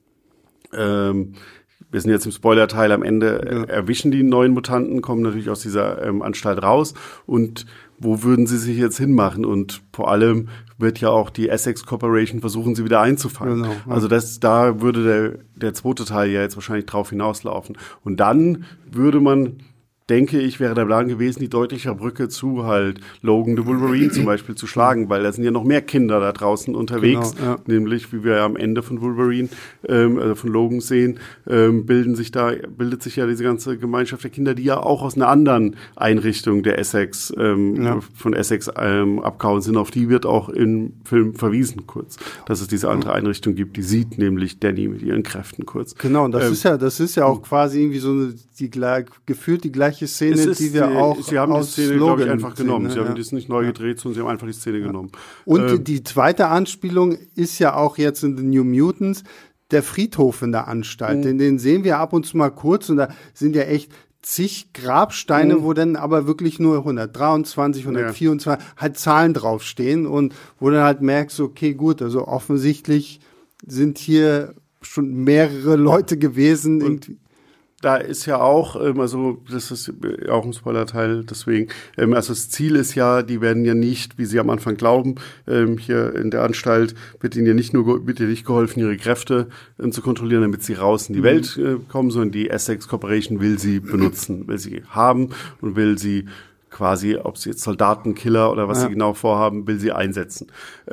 B: wir sind jetzt im Spoiler-Teil, am Ende erwischen die neuen Mutanten, kommen natürlich aus dieser Anstalt raus, und wo würden sie sich jetzt hinmachen? Und vor allem wird ja auch die Essex Corporation versuchen, sie wieder einzufangen. Genau, ja. Also da würde der zweite Teil ja jetzt wahrscheinlich drauf hinauslaufen. Und dann würde man, denke ich, wäre der Plan gewesen, die deutliche Brücke zu halt Logan the Wolverine zum Beispiel zu schlagen, weil da sind ja noch mehr Kinder da draußen unterwegs, nämlich, wie wir am Ende von Wolverine, von Logan sehen, bildet sich ja diese ganze Gemeinschaft der Kinder, die ja auch aus einer anderen Einrichtung der Essex, von Essex abgehauen sind, auf die wird auch im Film verwiesen kurz, dass es diese andere Einrichtung gibt, die sieht nämlich Danny mit ihren Kräften kurz.
A: Genau, und das ist ja auch quasi irgendwie so gefühlt die gleiche Szene, die wir auch
B: sie haben aus die Szene, glaube ich, einfach genommen. Sie haben das nicht neu gedreht, sondern sie haben einfach die Szene genommen.
A: Und die zweite Anspielung ist ja auch jetzt in The New Mutants der Friedhof in der Anstalt. Den sehen wir ab und zu mal kurz, und da sind ja echt zig Grabsteine, wo dann aber wirklich nur 123, 124 halt Zahlen draufstehen, und wo dann halt merkst, okay, gut, also offensichtlich sind hier schon mehrere Leute gewesen, irgendwie.
B: Da ist ja auch, also das ist auch ein Spoiler-Teil, deswegen, also das Ziel ist ja, die werden ja nicht, wie sie am Anfang glauben, hier in der Anstalt wird ihnen ja nicht geholfen, ihre Kräfte zu kontrollieren, damit sie raus in die Welt kommen, sondern die Essex Corporation will sie benutzen, will sie haben und will sie quasi, ob sie jetzt Soldaten, Killer oder was sie genau vorhaben, will sie einsetzen.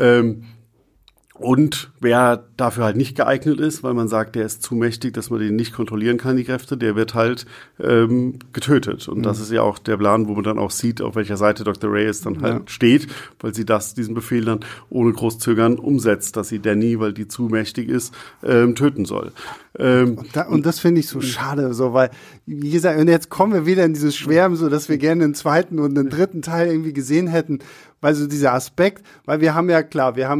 B: Und wer dafür halt nicht geeignet ist, weil man sagt, der ist zu mächtig, dass man den nicht kontrollieren kann, die Kräfte, der wird halt getötet. Und das ist ja auch der Plan, wo man dann auch sieht, auf welcher Seite Dr. Reyes dann halt steht, weil sie diesen Befehl dann ohne Großzögern umsetzt, dass sie Danny, weil die zu mächtig ist, töten soll.
A: Und das finde ich so schade, so, weil, wie gesagt, und jetzt kommen wir wieder in dieses Schwärmen, so dass wir gerne einen zweiten und einen dritten Teil irgendwie gesehen hätten, weil so dieser Aspekt, weil wir haben ja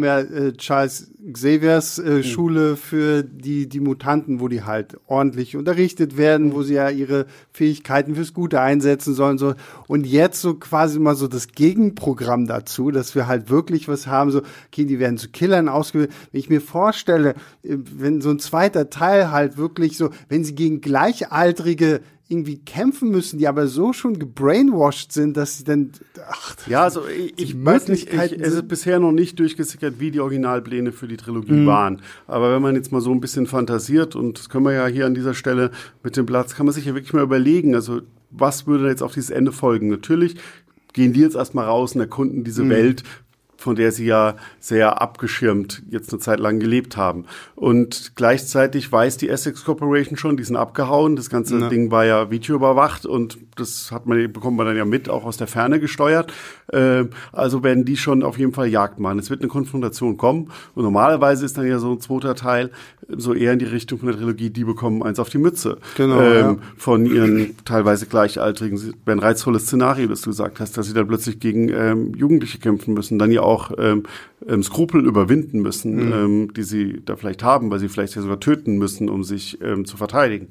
A: Charles Xaviers Schule für die Mutanten, wo die halt ordentlich unterrichtet werden, wo sie ja ihre Fähigkeiten fürs Gute einsetzen sollen, so. Und jetzt so quasi mal so das Gegenprogramm dazu, dass wir halt wirklich was haben, so, okay, die werden zu Killern ausgebildet. Wenn ich mir vorstelle, wenn so ein zweiter Teil halt wirklich so, wenn sie gegen Gleichaltrige irgendwie kämpfen müssen, die aber so schon gebrainwashed sind, dass sie dann,
B: also ich weiß nicht, es ist bisher noch nicht durchgesickert, wie die Originalpläne für die Trilogie waren. Aber wenn man jetzt mal so ein bisschen fantasiert, und das können wir ja hier an dieser Stelle mit dem Platz, kann man sich ja wirklich mal überlegen, also was würde jetzt auf dieses Ende folgen? Natürlich gehen die jetzt erstmal raus und erkunden diese Welt, von der sie ja sehr abgeschirmt jetzt eine Zeit lang gelebt haben. Und gleichzeitig weiß die Essex Corporation schon, die sind abgehauen. Das ganze Ding war ja videoüberwacht und das bekommt man dann ja mit, auch aus der Ferne gesteuert. Also werden die schon auf jeden Fall Jagd machen. Es wird eine Konfrontation kommen und normalerweise ist dann ja so ein zweiter Teil so eher in die Richtung von der Trilogie, die bekommen eins auf die Mütze.
A: Genau,
B: von ihren teilweise Gleichaltrigen. Das wäre ein reizvolles Szenario, das du gesagt hast, dass sie dann plötzlich gegen Jugendliche kämpfen müssen, dann ja auch Skrupel überwinden müssen, die sie da vielleicht haben, weil sie vielleicht ja sogar töten müssen, um sich zu verteidigen.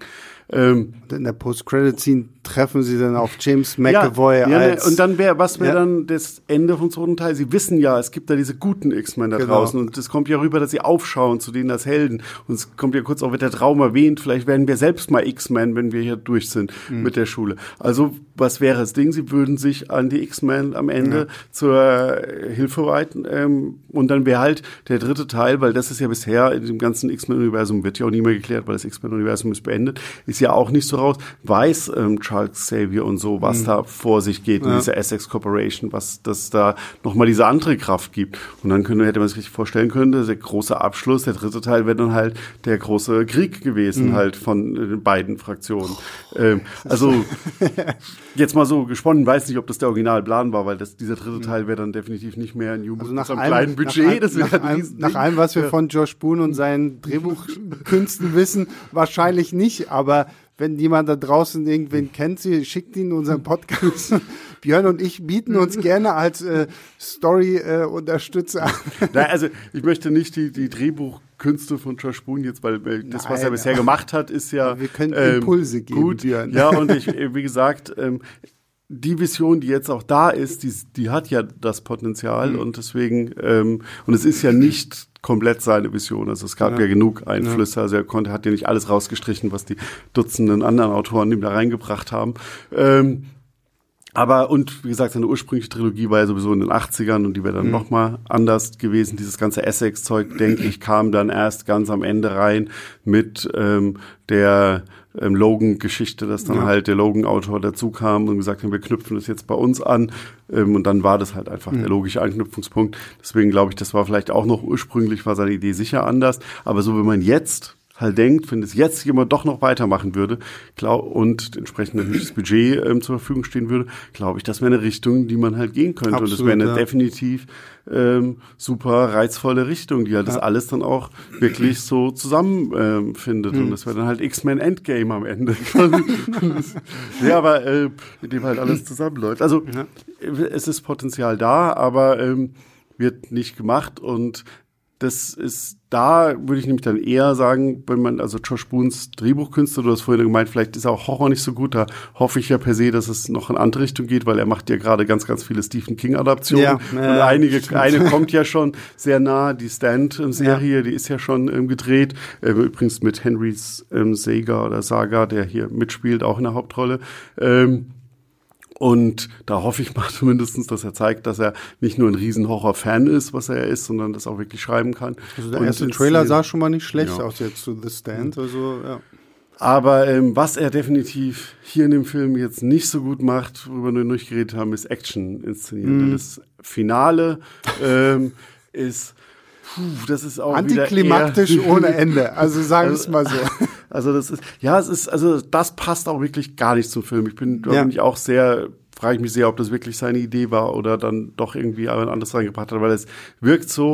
A: In der Post-Credit-Scene treffen sie dann auf James McAvoy als...
B: Und dann was wäre dann das Ende vom zweiten Teil? Sie wissen ja, es gibt da diese guten X-Men da draußen und es kommt ja rüber, dass sie aufschauen zu denen als Helden. Und es kommt ja kurz auch, wird der Traum erwähnt, vielleicht werden wir selbst mal X-Men, wenn wir hier durch sind mit der Schule. Also was wäre das Ding? Sie würden sich an die X-Men am Ende zur Hilfe reiten und dann wäre halt der dritte Teil, weil das ist ja bisher in dem ganzen X-Men-Universum, wird ja auch nie mehr geklärt, weil das X-Men-Universum ist beendet, ist ja auch nicht so raus, weiß Charles Xavier und so, was da vor sich geht in dieser Essex Corporation, was das da nochmal diese andere Kraft gibt. Und dann hätte man sich richtig vorstellen können, der große Abschluss, der dritte Teil wäre dann halt der große Krieg gewesen, halt von den beiden Fraktionen. Also jetzt mal so gesponnen, weiß nicht, ob das der Originalplan war, weil dieser dritte Teil wäre dann definitiv nicht mehr ein New mit so einem kleinen Budget.
A: Nach allem, was wir von Josh Boone und seinen Drehbuchkünsten wissen, wahrscheinlich nicht, aber wenn jemand da draußen irgendwen kennt, schickt ihn in unseren Podcast. Björn und ich bieten uns gerne als Story-Unterstützer an.
B: Nein, also ich möchte nicht die Drehbuchkünste von Josh Boone jetzt, weil das, was er bisher gemacht hat, ist ja
A: wir können Impulse geben,
B: gut.
A: Björn.
B: Ja, und wie gesagt, die Vision, die jetzt auch da ist, die hat ja das Potenzial und deswegen, und es ist ja nicht komplett seine Vision. Also es gab ja genug Einflüsse, also er hat ja nicht alles rausgestrichen, was die Dutzenden anderen Autoren ihm da reingebracht haben. Aber, und wie gesagt, seine ursprüngliche Trilogie war ja sowieso in den 80ern und die wäre dann nochmal anders gewesen. Dieses ganze Essex-Zeug, denke ich, kam dann erst ganz am Ende rein mit der Logan-Geschichte, dass dann halt der Logan-Autor dazu kam und gesagt hat, wir knüpfen das jetzt bei uns an. Und dann war das halt einfach der logische Anknüpfungspunkt. Deswegen glaube ich, das war vielleicht auch noch ursprünglich, war seine Idee sicher anders. Aber so wie man jetzt halt denkt, wenn es jetzt jemand doch noch weitermachen würde und entsprechend natürlich das Budget zur Verfügung stehen würde, glaube ich, das wäre eine Richtung, die man halt gehen könnte. Absolut, und das wäre eine definitiv super reizvolle Richtung, die halt das alles dann auch wirklich so zusammenfindet. Und das wäre dann halt X-Men Endgame am Ende. Ja, aber in dem halt alles zusammenläuft. Also es ist Potenzial da, aber wird nicht gemacht und das ist, da würde ich nämlich dann eher sagen, wenn man, also Josh Boones Drehbuchkünstler, du hast vorhin gemeint, vielleicht ist auch Horror nicht so gut, da hoffe ich ja per se, dass es noch in eine andere Richtung geht, weil er macht ja gerade ganz, ganz viele Stephen King-Adaptionen und eine kommt ja schon sehr nah, die Stand-Serie, die ist ja schon gedreht, übrigens mit Henry Saga, der hier mitspielt, auch in der Hauptrolle. Und da hoffe ich mal zumindestens, dass er zeigt, dass er nicht nur ein Riesen-Horror-Fan ist, was er ist, sondern das auch wirklich schreiben kann.
A: Also der erste Trailer sah schon mal nicht schlecht aus jetzt zu The Stand. Also, ja.
B: Aber was er definitiv hier in dem Film jetzt nicht so gut macht, worüber wir nicht geredet haben, ist Action inszenieren. Denn das Finale ist... das ist auch
A: antiklimaktisch ohne Ende. Also sagen wir es mal so.
B: Also das passt auch wirklich gar nicht zum Film. Frage ich mich sehr, ob das wirklich seine Idee war oder dann doch irgendwie ein anderes reingebracht hat, weil es wirkt so,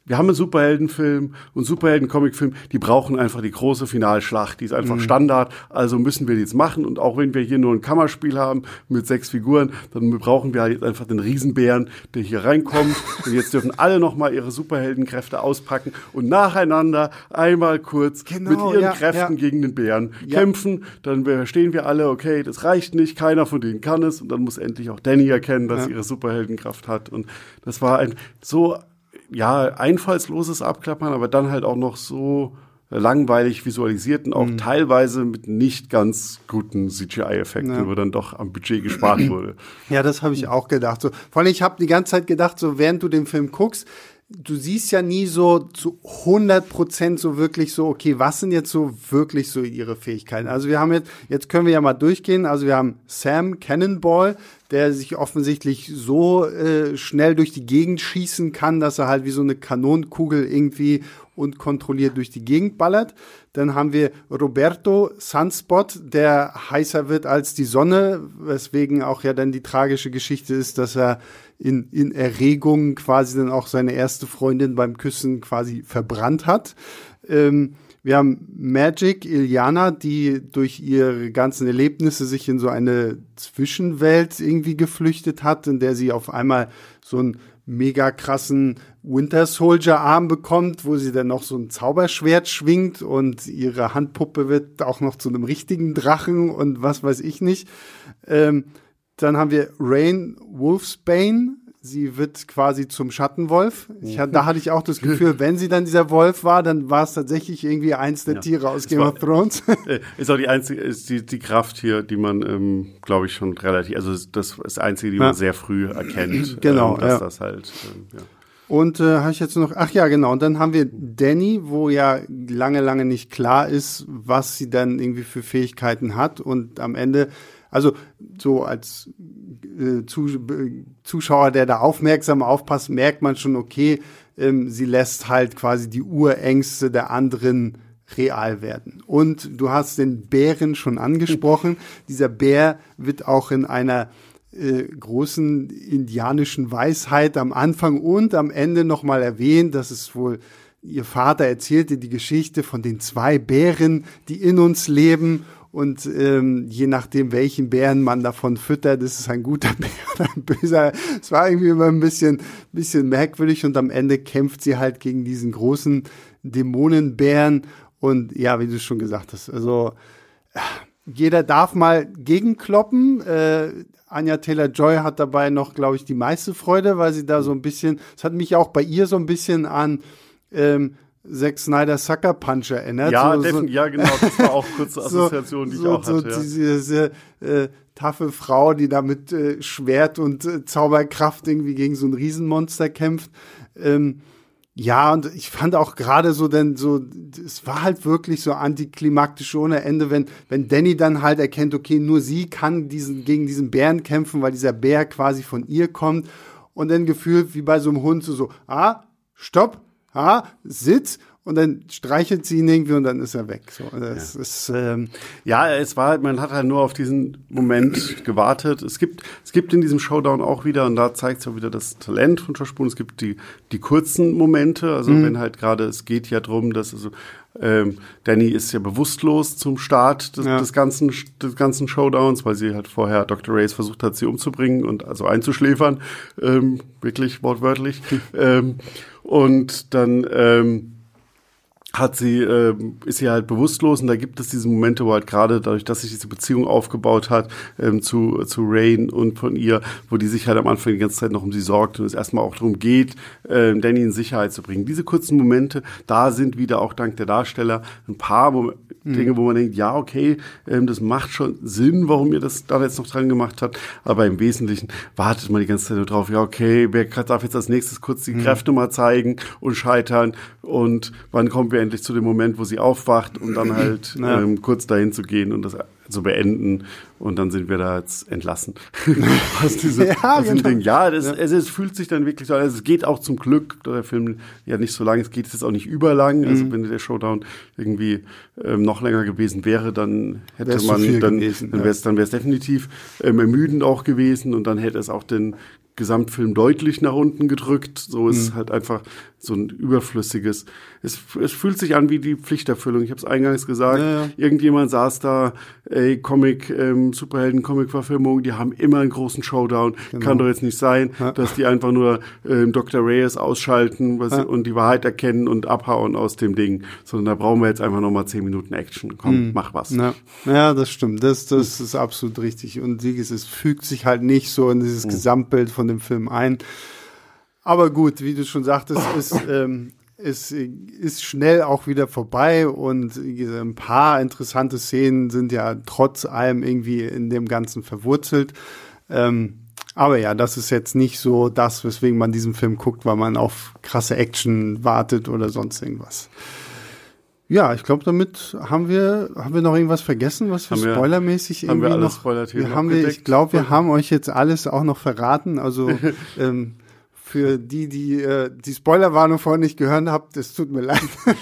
B: wir haben einen Superheldenfilm und Superhelden-Comicfilm, die brauchen einfach die große Finalschlacht, die ist einfach Standard, also müssen wir die jetzt machen und auch wenn wir hier nur ein Kammerspiel haben mit 6 Figuren, dann brauchen wir halt jetzt einfach den Riesenbären, der hier reinkommt und jetzt dürfen alle nochmal ihre Superheldenkräfte auspacken und nacheinander einmal kurz mit ihren Kräften gegen den Bären kämpfen, dann verstehen wir alle, okay, das reicht nicht, keiner von denen kann es und dann muss endlich auch Danny erkennen, dass sie ihre Superheldenkraft hat und das war ein so einfallsloses Abklappern, aber dann halt auch noch so langweilig visualisiert und auch teilweise mit nicht ganz guten CGI-Effekten, wo dann doch am Budget gespart wurde.
A: Ja, das habe ich auch gedacht. So, vor allem, ich habe die ganze Zeit gedacht, so während du den Film guckst, du siehst ja nie so zu 100% so wirklich so, okay, was sind jetzt so wirklich so ihre Fähigkeiten? Also wir haben jetzt können wir ja mal durchgehen. Also wir haben Sam Cannonball, der sich offensichtlich so schnell durch die Gegend schießen kann, dass er halt wie so eine Kanonenkugel irgendwie unkontrolliert durch die Gegend ballert. Dann haben wir Roberto Sunspot, der heißer wird als die Sonne, weswegen auch ja dann die tragische Geschichte ist, dass er in Erregung quasi dann auch seine erste Freundin beim Küssen quasi verbrannt hat. Wir haben Magic Illyana, die durch ihre ganzen Erlebnisse sich in so eine Zwischenwelt irgendwie geflüchtet hat, in der sie auf einmal so einen mega krassen Winter Soldier Arm bekommt, wo sie dann noch so ein Zauberschwert schwingt und ihre Handpuppe wird auch noch zu einem richtigen Drachen und was weiß ich nicht. Dann haben wir Rain Wolfsbane. Sie wird quasi zum Schattenwolf. Da hatte ich auch das Gefühl, wenn sie dann dieser Wolf war, dann war es tatsächlich irgendwie eins der Tiere aus Game of Thrones.
B: Ist auch die einzige, ist die Kraft hier, die man, glaube ich, schon relativ, also das ist die einzige, die man sehr früh erkennt.
A: Genau,
B: dass das halt,
A: Und habe ich jetzt noch, genau. Und dann haben wir Danny, wo ja lange nicht klar ist, was sie dann irgendwie für Fähigkeiten hat. Und am Ende, also so als Zuschauer, der da aufmerksam aufpasst, merkt man schon, okay, sie lässt halt quasi die Urängste der anderen real werden. Und du hast den Bären schon angesprochen. Dieser Bär wird auch in einer großen indianischen Weisheit am Anfang und am Ende nochmal erwähnt, dass es wohl ihr Vater erzählte die Geschichte von den 2 Bären, die in uns leben und je nachdem, welchen Bären man davon füttert, ist es ein guter Bär oder ein böser. Es war irgendwie immer ein bisschen merkwürdig und am Ende kämpft sie halt gegen diesen großen Dämonenbären und ja, wie du schon gesagt hast, also jeder darf mal gegenkloppen. Anya Taylor-Joy hat dabei noch, glaube ich, die meiste Freude, weil sie da so ein bisschen, es hat mich auch bei ihr so ein bisschen an Zack Snyder Sucker Punch erinnert.
B: Ja, ja, genau, das war auch kurze Assoziation, die ich auch hatte.
A: So diese taffe Frau, die da mit Schwert und Zauberkraft irgendwie gegen so ein Riesenmonster kämpft. Ja, und ich fand auch gerade so, es war halt wirklich so antiklimaktisch ohne Ende, wenn Danny dann halt erkennt, okay, nur sie kann gegen diesen Bären kämpfen, weil dieser Bär quasi von ihr kommt und dann gefühlt wie bei so einem Hund so, stopp, Sitz und dann streichelt sie ihn irgendwie und dann ist er weg. So, das ist,
B: man hat halt nur auf diesen Moment gewartet. Es gibt in diesem Showdown auch wieder, und da zeigt es auch wieder das Talent von Josh Boone, es gibt die kurzen Momente, also wenn halt gerade, es geht ja drum, dass Danny ist ja bewusstlos zum Start des ganzen Showdowns, weil sie halt vorher Dr. Reyes versucht hat, sie umzubringen und also einzuschläfern, wirklich wortwörtlich. Und dann ist sie halt bewusstlos und da gibt es diese Momente, wo halt gerade dadurch, dass sich diese Beziehung aufgebaut hat zu Rain und von ihr, wo die sich halt am Anfang die ganze Zeit noch um sie sorgt und es erstmal auch darum geht, Danny in Sicherheit zu bringen. Diese kurzen Momente, da sind wieder auch dank der Darsteller ein paar Dinge, wo man denkt, ja, okay, das macht schon Sinn, warum ihr das da jetzt noch dran gemacht habt, aber im Wesentlichen wartet man die ganze Zeit nur drauf, ja, okay, wer darf jetzt als nächstes kurz die Kräfte mal zeigen und scheitern und wann kommen wir endlich zu dem Moment, wo sie aufwacht, um dann halt kurz dahin zu gehen und das zu beenden und dann sind wir da jetzt entlassen. Aus diesem Ding. Ja, es fühlt sich dann wirklich so, also es geht auch zum Glück, da der Film ja nicht so lang, es geht jetzt auch nicht überlang, also wenn der Showdown irgendwie noch länger gewesen wäre, dann hätte man, dann wäre es definitiv ermüdend auch gewesen und dann hätte es auch den Gesamtfilm deutlich nach unten gedrückt. So ist halt einfach so ein überflüssiges, es fühlt sich an wie die Pflichterfüllung. Ich habe es eingangs gesagt, irgendjemand saß da, Superhelden-Comic-Verfilmung, die haben immer einen großen Showdown. Genau. Kann doch jetzt nicht sein, dass die einfach nur Dr. Reyes ausschalten und die Wahrheit erkennen und abhauen aus dem Ding. Sondern da brauchen wir jetzt einfach nochmal 10 Minuten Action. Komm, mach was.
A: Ja, das stimmt. Das ist absolut richtig. Und es fügt sich halt nicht so in dieses Gesamtbild von dem Film ein. Aber gut, wie du schon sagtest, es ist schnell auch wieder vorbei und ein paar interessante Szenen sind ja trotz allem irgendwie in dem Ganzen verwurzelt. Aber ja, das ist jetzt nicht so das, weswegen man diesen Film guckt, weil man auf krasse Action wartet oder sonst irgendwas. Ja, ich glaube, damit haben wir noch irgendwas vergessen, was wir spoilermäßig irgendwie
B: haben wir
A: noch.
B: Spoiler-Themen
A: ich glaube, wir haben euch jetzt alles auch noch verraten. Also für die Spoilerwarnung vorhin nicht gehört habt, es tut mir leid.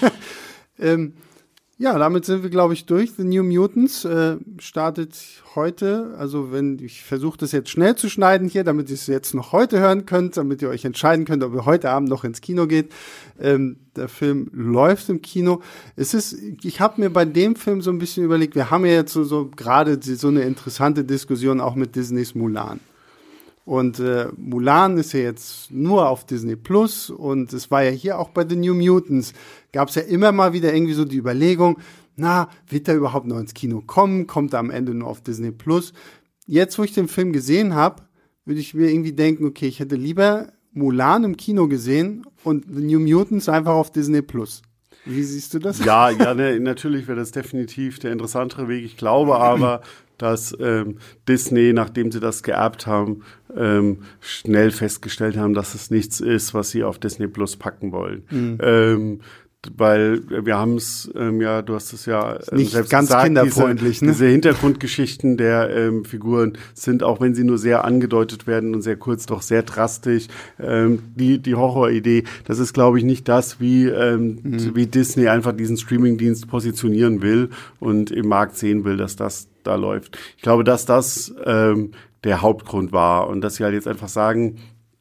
A: Ja, damit sind wir, glaube ich, durch. The New Mutants startet heute. Also ich versuche das jetzt schnell zu schneiden hier, damit ihr es jetzt noch heute hören könnt, damit ihr euch entscheiden könnt, ob ihr heute Abend noch ins Kino geht. Der Film läuft im Kino. Ich habe mir bei dem Film so ein bisschen überlegt, wir haben ja jetzt so gerade so eine interessante Diskussion auch mit Disneys Mulan. Und Mulan ist ja jetzt nur auf Disney Plus und es war ja hier auch bei The New Mutants, gab es ja immer mal wieder irgendwie so die Überlegung, wird der überhaupt noch ins Kino kommen, kommt er am Ende nur auf Disney Plus? Jetzt, wo ich den Film gesehen habe, würde ich mir irgendwie denken, okay, ich hätte lieber Mulan im Kino gesehen und The New Mutants einfach auf Disney Plus. Wie siehst du das?
B: Ja, natürlich wäre das definitiv der interessantere Weg. Ich glaube aber, dass Disney, nachdem sie das geerbt haben, schnell festgestellt haben, dass es nichts ist, was sie auf Disney Plus packen wollen. Weil wir haben es, du hast es ja
A: nicht
B: selbst
A: ganz
B: gesagt,
A: kinderfreundlich.
B: Diese Hintergrundgeschichten der Figuren sind, auch wenn sie nur sehr angedeutet werden und sehr kurz, doch sehr drastisch. Die Horroridee, das ist, glaube ich, nicht das, wie Disney einfach diesen Streamingdienst positionieren will und im Markt sehen will, dass das da läuft. Ich glaube, dass das der Hauptgrund war und dass sie halt jetzt einfach sagen,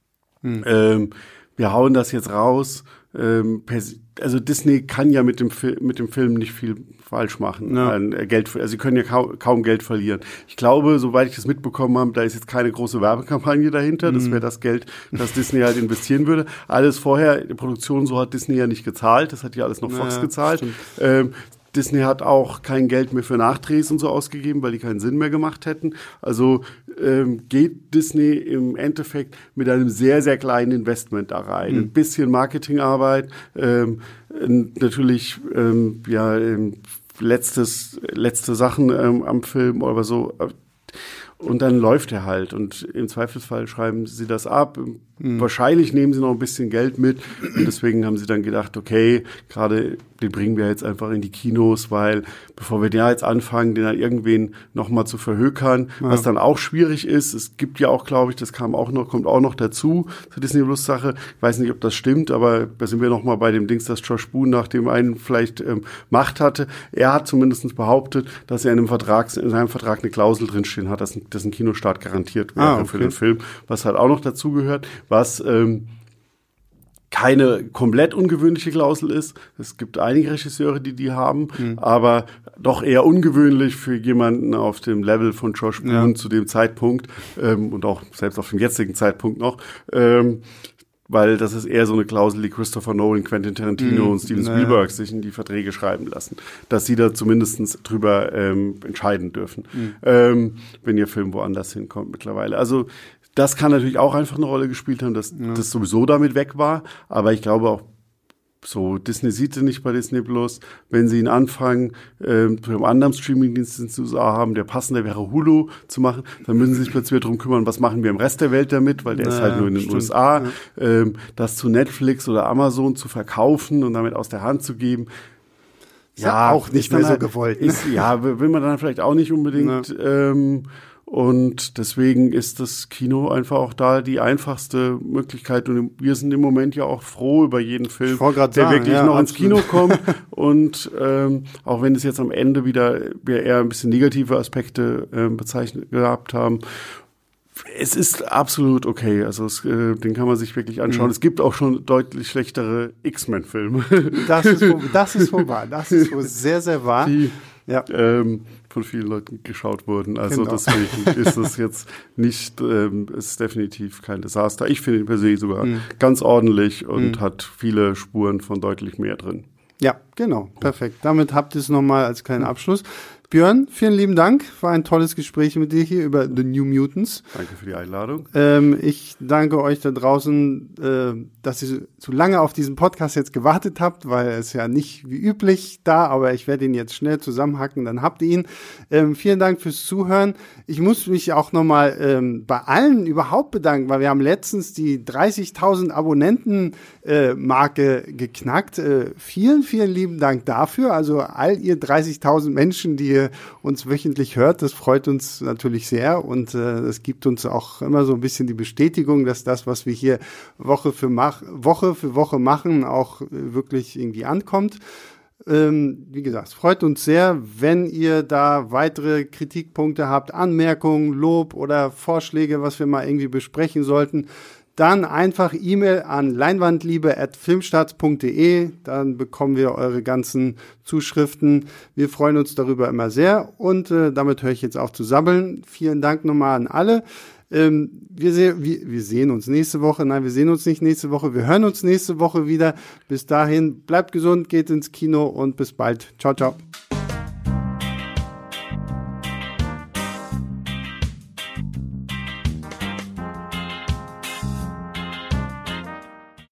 B: wir hauen das jetzt raus. Also Disney kann ja mit dem Film nicht viel falsch machen. Ja. Sie können ja kaum Geld verlieren. Ich glaube, soweit ich das mitbekommen habe, da ist jetzt keine große Werbekampagne dahinter. Das wäre das Geld, das Disney halt investieren würde. Alles vorher, die Produktion, so hat Disney ja nicht gezahlt. Das hat ja alles noch Fox gezahlt. Disney hat auch kein Geld mehr für Nachdrehs und so ausgegeben, weil die keinen Sinn mehr gemacht hätten. Also geht Disney im Endeffekt mit einem sehr, sehr kleinen Investment da rein. Ein bisschen Marketingarbeit, natürlich letzte Sachen am Film oder so. Und dann läuft er halt. Und im Zweifelsfall schreiben sie das ab. Wahrscheinlich nehmen sie noch ein bisschen Geld mit. Und deswegen haben sie dann gedacht, okay, gerade den bringen wir jetzt einfach in die Kinos, weil bevor wir den jetzt anfangen, den dann irgendwen nochmal zu verhökern, was dann auch schwierig ist. Es gibt ja auch, glaube ich, kommt auch noch dazu, zur Disney Plus Sache. Ich weiß nicht, ob das stimmt, aber da sind wir nochmal bei dem Dings, das Josh Boone nach dem einen vielleicht Macht hatte. Er hat zumindest behauptet, dass er in seinem Vertrag eine Klausel drinstehen hat, dass ein Kinostart garantiert wäre für den Film, was halt auch noch dazugehört, was keine komplett ungewöhnliche Klausel ist. Es gibt einige Regisseure, die haben, aber doch eher ungewöhnlich für jemanden auf dem Level von Josh Boone zu dem Zeitpunkt und auch selbst auf dem jetzigen Zeitpunkt noch, weil das ist eher so eine Klausel, die Christopher Nolan, Quentin Tarantino und Steven Spielberg sich in die Verträge schreiben lassen, dass sie da zumindest drüber entscheiden dürfen, wenn ihr Film woanders hinkommt mittlerweile. Also das kann natürlich auch einfach eine Rolle gespielt haben, dass das sowieso damit weg war. Aber ich glaube auch, so Disney sieht sie nicht bei Disney Plus. Wenn sie ihn anfangen, zu einem anderen Streamingdienst in den USA haben, der passende wäre Hulu zu machen, dann müssen sie sich plötzlich wieder drum kümmern, was machen wir im Rest der Welt damit, weil der ist halt nur in den USA. Das zu Netflix oder Amazon zu verkaufen und damit aus der Hand zu geben,
A: auch nicht mehr so gewollt.
B: Will man dann vielleicht auch nicht unbedingt. Und deswegen ist das Kino einfach auch da die einfachste Möglichkeit. Und wir sind im Moment ja auch froh über jeden Film, der wirklich noch ins Kino kommt. Und auch wenn es jetzt am Ende wieder eher ein bisschen negative Aspekte bezeichnet gehabt haben, Es ist absolut okay. Also den kann man sich wirklich anschauen. Es gibt auch schon deutlich schlechtere X-Men-Filme.
A: Das ist wohl wahr. Das ist wohl sehr, sehr wahr.
B: Die
A: ja.
B: Von vielen Leuten geschaut wurden. Also
A: Genau.
B: deswegen ist es jetzt nicht, ist definitiv kein Desaster. Ich finde ihn per se sogar ganz ordentlich und hat viele Spuren von deutlich mehr drin.
A: Ja, genau. Perfekt. Damit habt ihr es nochmal als kleinen Abschluss. Björn, vielen lieben Dank. War ein tolles Gespräch mit dir hier über The New Mutants.
B: Danke für die Einladung.
A: Ich danke euch da draußen, dass ihr so lange auf diesen Podcast jetzt gewartet habt, weil er ist ja nicht wie üblich da, aber ich werde ihn jetzt schnell zusammenhacken, dann habt ihr ihn. Vielen Dank fürs Zuhören. Ich muss mich auch nochmal bei allen überhaupt bedanken, weil wir haben letztens die 30.000 Abonnenten Marke geknackt. Vielen, vielen lieben Dank dafür. Also all ihr 30.000 Menschen, die ihr uns wöchentlich hört, das freut uns natürlich sehr und es gibt uns auch immer so ein bisschen die Bestätigung, dass das, was wir hier Woche für Woche machen, auch wirklich irgendwie ankommt. Wie gesagt, es freut uns sehr, wenn ihr da weitere Kritikpunkte habt, Anmerkungen, Lob oder Vorschläge, was wir mal irgendwie besprechen sollten. Dann einfach E-Mail an leinwandliebe@filmstarts.de, dann bekommen wir eure ganzen Zuschriften. Wir freuen uns darüber immer sehr und damit höre ich jetzt auf zu sabbeln. Vielen Dank nochmal an alle. Wir sehen uns nächste Woche. Nein, wir sehen uns nicht nächste Woche. Wir hören uns nächste Woche wieder. Bis dahin, bleibt gesund, geht ins Kino und bis bald. Ciao, ciao.